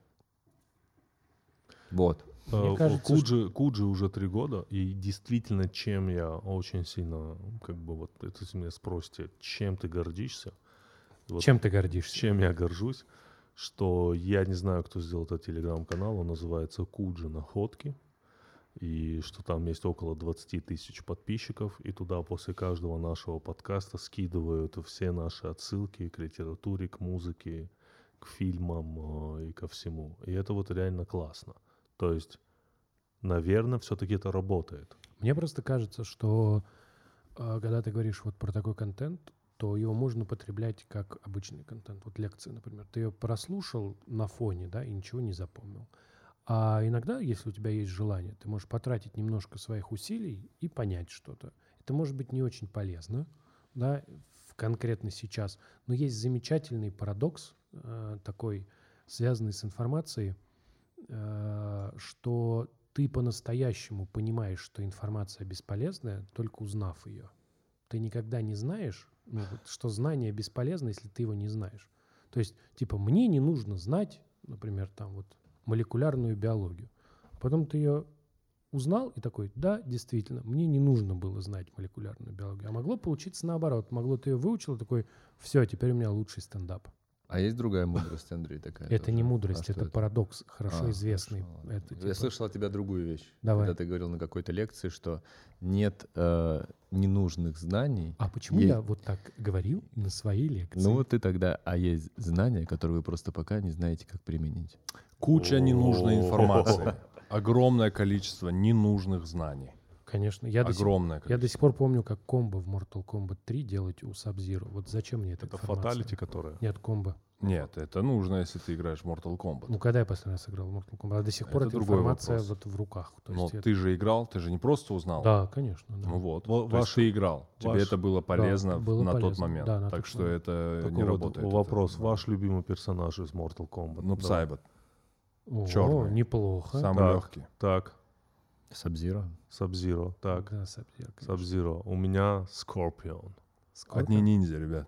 Вот. Куджи уже 3 года, и действительно, чем я очень сильно, если меня спросите, чем ты гордишься? Чем ты гордишься? Чем я горжусь? Что я не знаю, кто сделал этот телеграм-канал, он называется «Куджи Находки», и что там есть около 20 тысяч подписчиков, и туда после каждого нашего подкаста скидывают все наши отсылки к литературе, к музыке, к фильмам и ко всему. И это вот реально классно. То есть, наверное, все-таки это работает. Мне просто кажется, что когда ты говоришь вот про такой контент, то его можно потреблять как обычный контент. Вот лекции, например. Ты ее прослушал на фоне, да, и ничего не запомнил. А иногда, если у тебя есть желание, ты можешь потратить немножко своих усилий и понять что-то. Это может быть не очень полезно, да, конкретно сейчас, но есть замечательный парадокс такой, связанный с информацией, что ты по-настоящему понимаешь, что информация бесполезная, только узнав ее. Ты никогда не знаешь, что знание бесполезно, если ты его не знаешь. То есть, типа, мне не нужно знать, например, там вот молекулярную биологию. Потом ты ее узнал и такой, да, действительно, мне не нужно было знать молекулярную биологию. А могло получиться наоборот. Могло, ты ее выучил, такой, все, теперь у меня лучший стендап. А есть другая мудрость, Андрей, такая? Это тоже? не мудрость, А что это парадокс, хорошо А, известный. хорошо, ладно. Это, Я типа, слышал от тебя другую вещь. Давай. Когда ты говорил на какой-то лекции, что нет ненужных знаний. А почему есть... я вот так говорил на своей лекции? Ну вот ты тогда, а есть знания, которые вы просто пока не знаете, как применить. Куча ненужной информации. Огромное количество ненужных знаний. Конечно. Огромное Я до количество. сих пор помню, как комбо в Mortal Kombat 3 делать у Sub-Zero. Вот зачем мне эта Это информация? фаталити, которая. Нет, комбо. Нет, это нужно, если ты играешь в Mortal Kombat. Ну, когда я последний раз играл в Mortal Kombat? А до сих пор Это эта другой информация вопрос. вот в руках. То Но есть ты же играл, ты же не просто узнал. Да, конечно. Да. Ну вот. Во- То есть ваш- ты играл. Тебе ваш- это было полезно было на тот полезно. момент. Да, на так тот что момент. это Такой не вот работает. вопрос. Это, Ваш любимый персонаж из Mortal Kombat? Нуб Давай. Сайбот. О, Чёрный. неплохо. Самый Так. легкий. Так, Sub-Zero. Sub-Zero. Так, Да, Sub-Zero, конечно. Sub-Zero. У меня Scorpion. Одни ниндзя, ребят.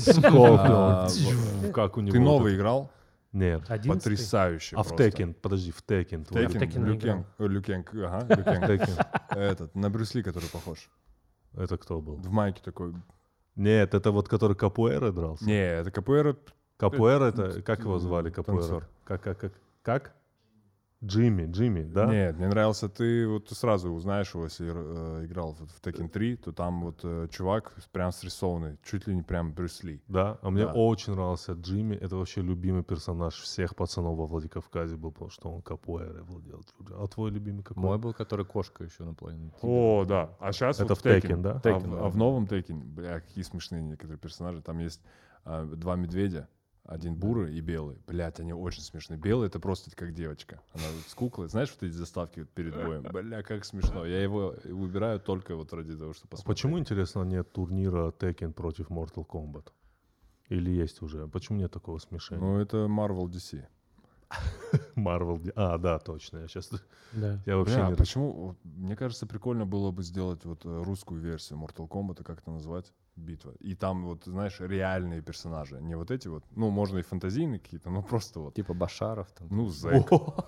Scorpion. Как у него? Ты вот новый это- играл? Нет. 11-й? Потрясающий А в просто. Tekken? Подожди, в Tekken. твой Tekken, Tekken не играл. Люкенг, ага, Люкенг. Tekken. Этот, на Брюс Ли, который похож. Это кто был? В майке такой. Нет, это вот который Капуэра дрался. Не, это КПР. Капуэра это... Как его звали Капуэра? танцор. Как? Джимми, да? Нет, мне нравился, ты вот сразу узнаешь его, если играл в Tekken 3, то там вот чувак прям срисованный, чуть ли не прям Брюс Ли. Да, а мне Да. очень нравился Джимми. Это вообще любимый персонаж всех пацанов во Владикавказе был, потому что он капуэрой владел. А твой любимый какой? Мой был, который кошка еще наполовину. О, да. А сейчас Это вот в Tekken, да? Tekken, а в новом Tekken, бля, какие смешные некоторые персонажи. Там есть два медведя, один бурый и белый. Блять, они очень смешные. Белый — это просто как девочка. Она с куклой. Знаешь, вот эти заставки перед боем? Бля, как смешно. Я его выбираю только вот ради того, чтобы посмотреть. Почему, интересно, нет турнира Tekken против Mortal Kombat? Или есть уже? Почему нет такого смешения? Ну, это Marvel DC. Marvel... А, да, точно. Я сейчас... Да. Я вообще Бля, не... почему? Вот мне кажется, прикольно было бы сделать вот русскую версию Mortal Kombat, как это назвать? Битва. И там вот, знаешь, реальные персонажи. Не вот эти вот, ну, можно и фантазийные какие-то, но просто вот. Типа Башаров там. Ну, Зэк.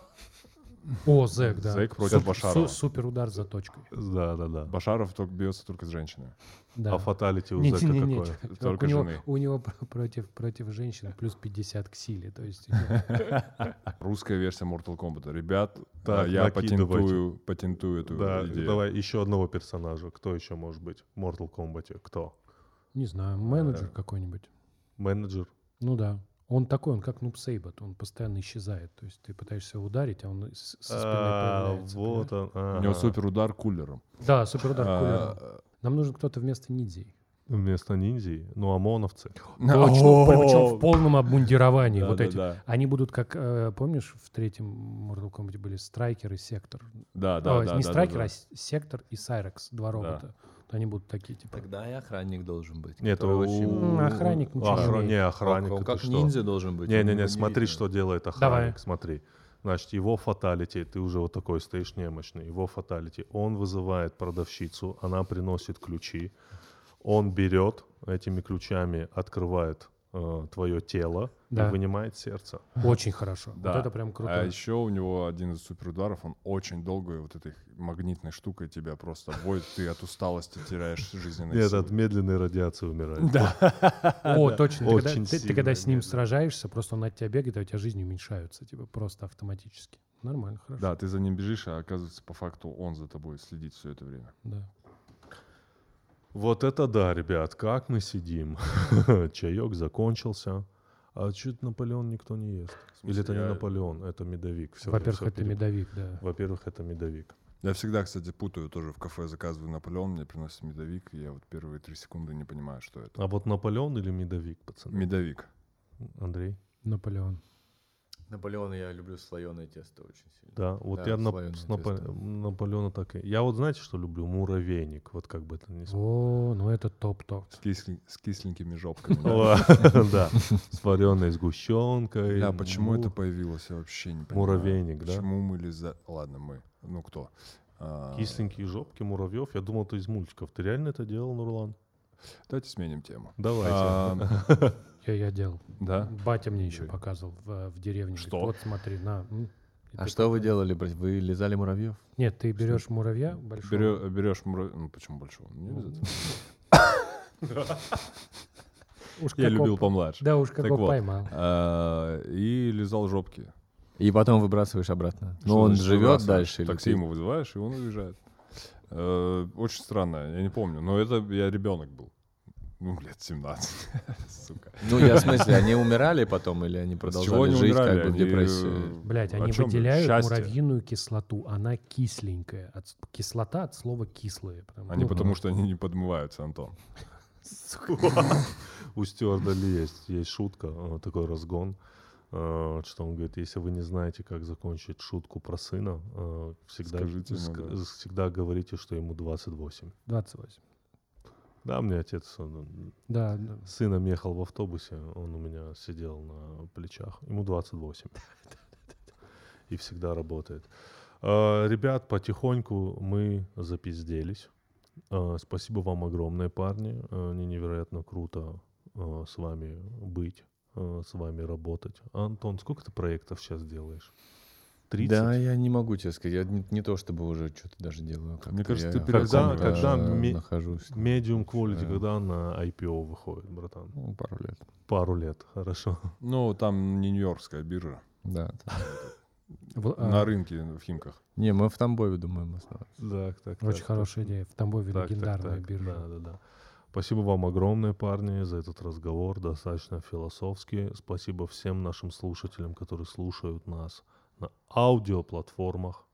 О, Зэк, да. Зэк против Башарова. Супер удар за точкой. Да. Башаров только бьется только с женщиной. Да. А фаталити у Не, Зека не, не, какое? чувак, Только у него, жены. у него против женщин плюс 50 к силе. То есть, Русская версия Mortal Kombat. Ребят, Так, я накидывайте. патентую эту Да, идею. давай еще одного персонажа. Кто еще может быть в Mortal Kombat? Кто? не знаю, менеджер какой-нибудь. Менеджер? Ну да. Он такой, он как Нуб Сейбот, он постоянно исчезает. То есть ты пытаешься его ударить, а он со спины появляется. Вот понимаешь? он. У него супер удар кулером. Да, супер удар кулером. А, Нам нужен кто-то вместо ниндзей. Вместо ниндзей. Ну, ОМОНовцы. Точно, причем в полном обмундировании. Да, Вот да, эти. да. Они будут как, помнишь, в третьем Mortal Kombat были Страйкер и Сектор. Да, О, да, да. не да, Страйкер, да. а Сектор и Сайрекс, два робота. Они будут такие, типа... Тогда и охранник должен быть. Нет, который очень... охранник ничего не умеет. Не, охранник. Он это как что? ниндзя должен быть. Не-не-не, Он смотри, видно. что делает охранник. Давай. Смотри. Значит, его фаталити, ты уже вот такой стоишь немощный, его фаталити, он вызывает продавщицу, она приносит ключи, он берет этими ключами, открывает твое тело Да. и вынимает сердце. Очень хорошо. Да. Вот это прям круто. А еще у него один из суперударов, он очень долго вот этой магнитной штукой тебя просто обводит, ты от усталости теряешь жизненные Нет, силы. от медленной радиации умирает. О, точно. Ты когда- Очень Ты когда с сильно ним медленно. сражаешься, просто он от тебя бегает, а у тебя жизни уменьшаются. Типа просто автоматически. Нормально, хорошо. Да, ты за ним бежишь, а оказывается, по факту он за тобой следит все это время. Да. Вот это да, ребят, как мы сидим. Чаек закончился. А чуть Наполеон никто не ест. В Или смысле, это не я- Наполеон, это медовик. Всё, Во-первых, всё это медовик, да. Во-первых, это медовик. Я всегда, кстати, путаю, тоже в кафе заказываю Наполеон, мне приносят медовик, и я вот первые 3 секунды не понимаю, что это. А вот Наполеон или медовик, пацаны? Медовик. Андрей? Наполеон. Наполеона я люблю слоеное тесто очень сильно. Да, вот Да, я слоёное с тесто. Наполеона так и... Я вот знаете, что люблю? Муравейник. Вот как бы это ни смешно. О, ну это топ-топ. С кисленькими жопками. да. Да, с вареной сгущенкой. Да, почему это появилось, я вообще не понимаю. Муравейник, да? Почему мы Ладно, мы. Ну, кто? Кисленькие жопки муравьев. Я думал, ты из мультиков. Ты реально это делал, Нурлан? Давайте сменим тему. Давайте. Я делал. Да? Батя мне еще показывал в деревне. Что? Говорит, вот смотри, на. И А ты что вы показываешь. делали, брать? Вы лизали муравьев? Нет, ты берешь муравья большого. Берешь муравьев. Ну, почему большого? Не обязательно. Уж Я как любил оп- помладше. Да уж как Так его вот. поймал. И лизал жопки. И потом выбрасываешь обратно. Что Но он значит живет выбрасываешь? дальше? или Такси ты- ему вызываешь, и он уезжает. Очень странно, я не помню. Но это я ребенок был. Ну, лет 17. Сука. Ну, я в смысле, они умирали потом или они С чего продолжали они жить умирали? как бы в Они, депрессии? Блять, о они чём? выделяют Счастье. муравьиную кислоту. Она кисленькая. Кислота от слова кислые. Они потому что они не подмываются, Антон. У Стюарда Ли есть шутка, такой разгон, что он говорит, если вы не знаете, как закончить шутку про сына, Скажите ему, да. всегда говорите, что ему 28. 28. Да, мне отец, Да, да. с сыном ехал в автобусе, он у меня сидел на плечах, ему 28. И всегда работает. Ребят, потихоньку мы запизделись. Спасибо вам огромное, парни. Не невероятно круто с вами быть, с вами работать. Антон, сколько ты проектов сейчас делаешь? 30? Да, я не могу тебе сказать. Я не то чтобы уже что-то даже делаю. Мне как-то кажется, я ты в переоцениваешь. каком-то Когда нахожусь. Medium Quality, Да. когда на IPO выходит, братан? Ну, пару лет. Пару лет, хорошо. Ну, там не нью-йоркская биржа. Да. На рынке в Химках. Не, мы в Тамбове думаем основаться. Так. Очень хорошая идея. В Тамбове Так, легендарная так. биржа. Да. Спасибо вам огромное, парни, за этот разговор, достаточно философский. Спасибо всем нашим слушателям, которые слушают нас на аудиоплатформах.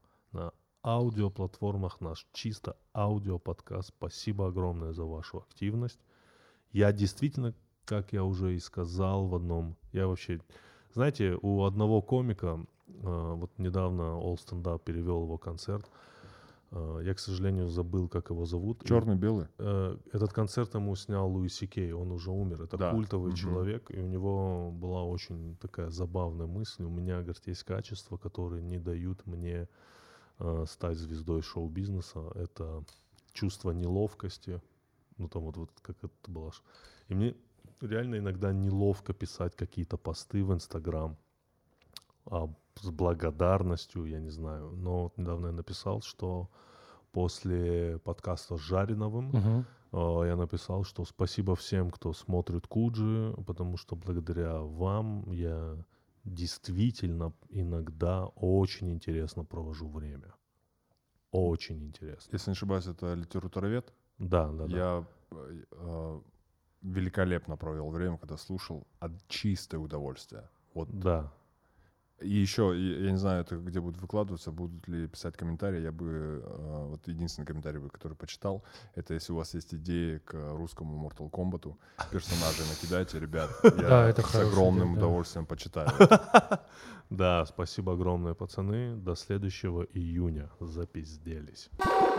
Наш чисто аудиоподкаст. Спасибо огромное за вашу активность. Я действительно, как я уже и сказал в одном, я вообще... Знаете, у одного комика, вот недавно All Stand Up перевел его концерт, я, к сожалению, забыл, как его зовут. Черный-белый. Этот концерт ему снял Луи Си Кей, он уже умер. Это Да. культовый Мгм. человек, и у него была очень такая забавная мысль. У меня, говорит, есть качества, которые не дают мне стать звездой шоу-бизнеса. Это чувство неловкости. Ну, там вот как это было. И мне реально иногда неловко писать какие-то посты в Инстаграм с благодарностью, я не знаю. Но вот недавно я написал, что после подкаста с Жариновым Мгм. я написал, что спасибо всем, кто смотрит Куджи, потому что благодаря вам я действительно иногда очень интересно провожу время. Очень интересно. Если не ошибаюсь, это литературовед. Да. Я великолепно провел время, когда слушал от чистое удовольствие. Вот. Да. И еще, я не знаю, это где будет выкладываться, будут ли писать комментарии. Я бы, вот единственный комментарий, который почитал, это если у вас есть идеи к русскому Mortal Kombat, персонажей накидайте, ребят. Да, Я это с хорошая огромным идея, да. удовольствием почитаю. Да, спасибо огромное, пацаны. До следующего июня. Запизделись.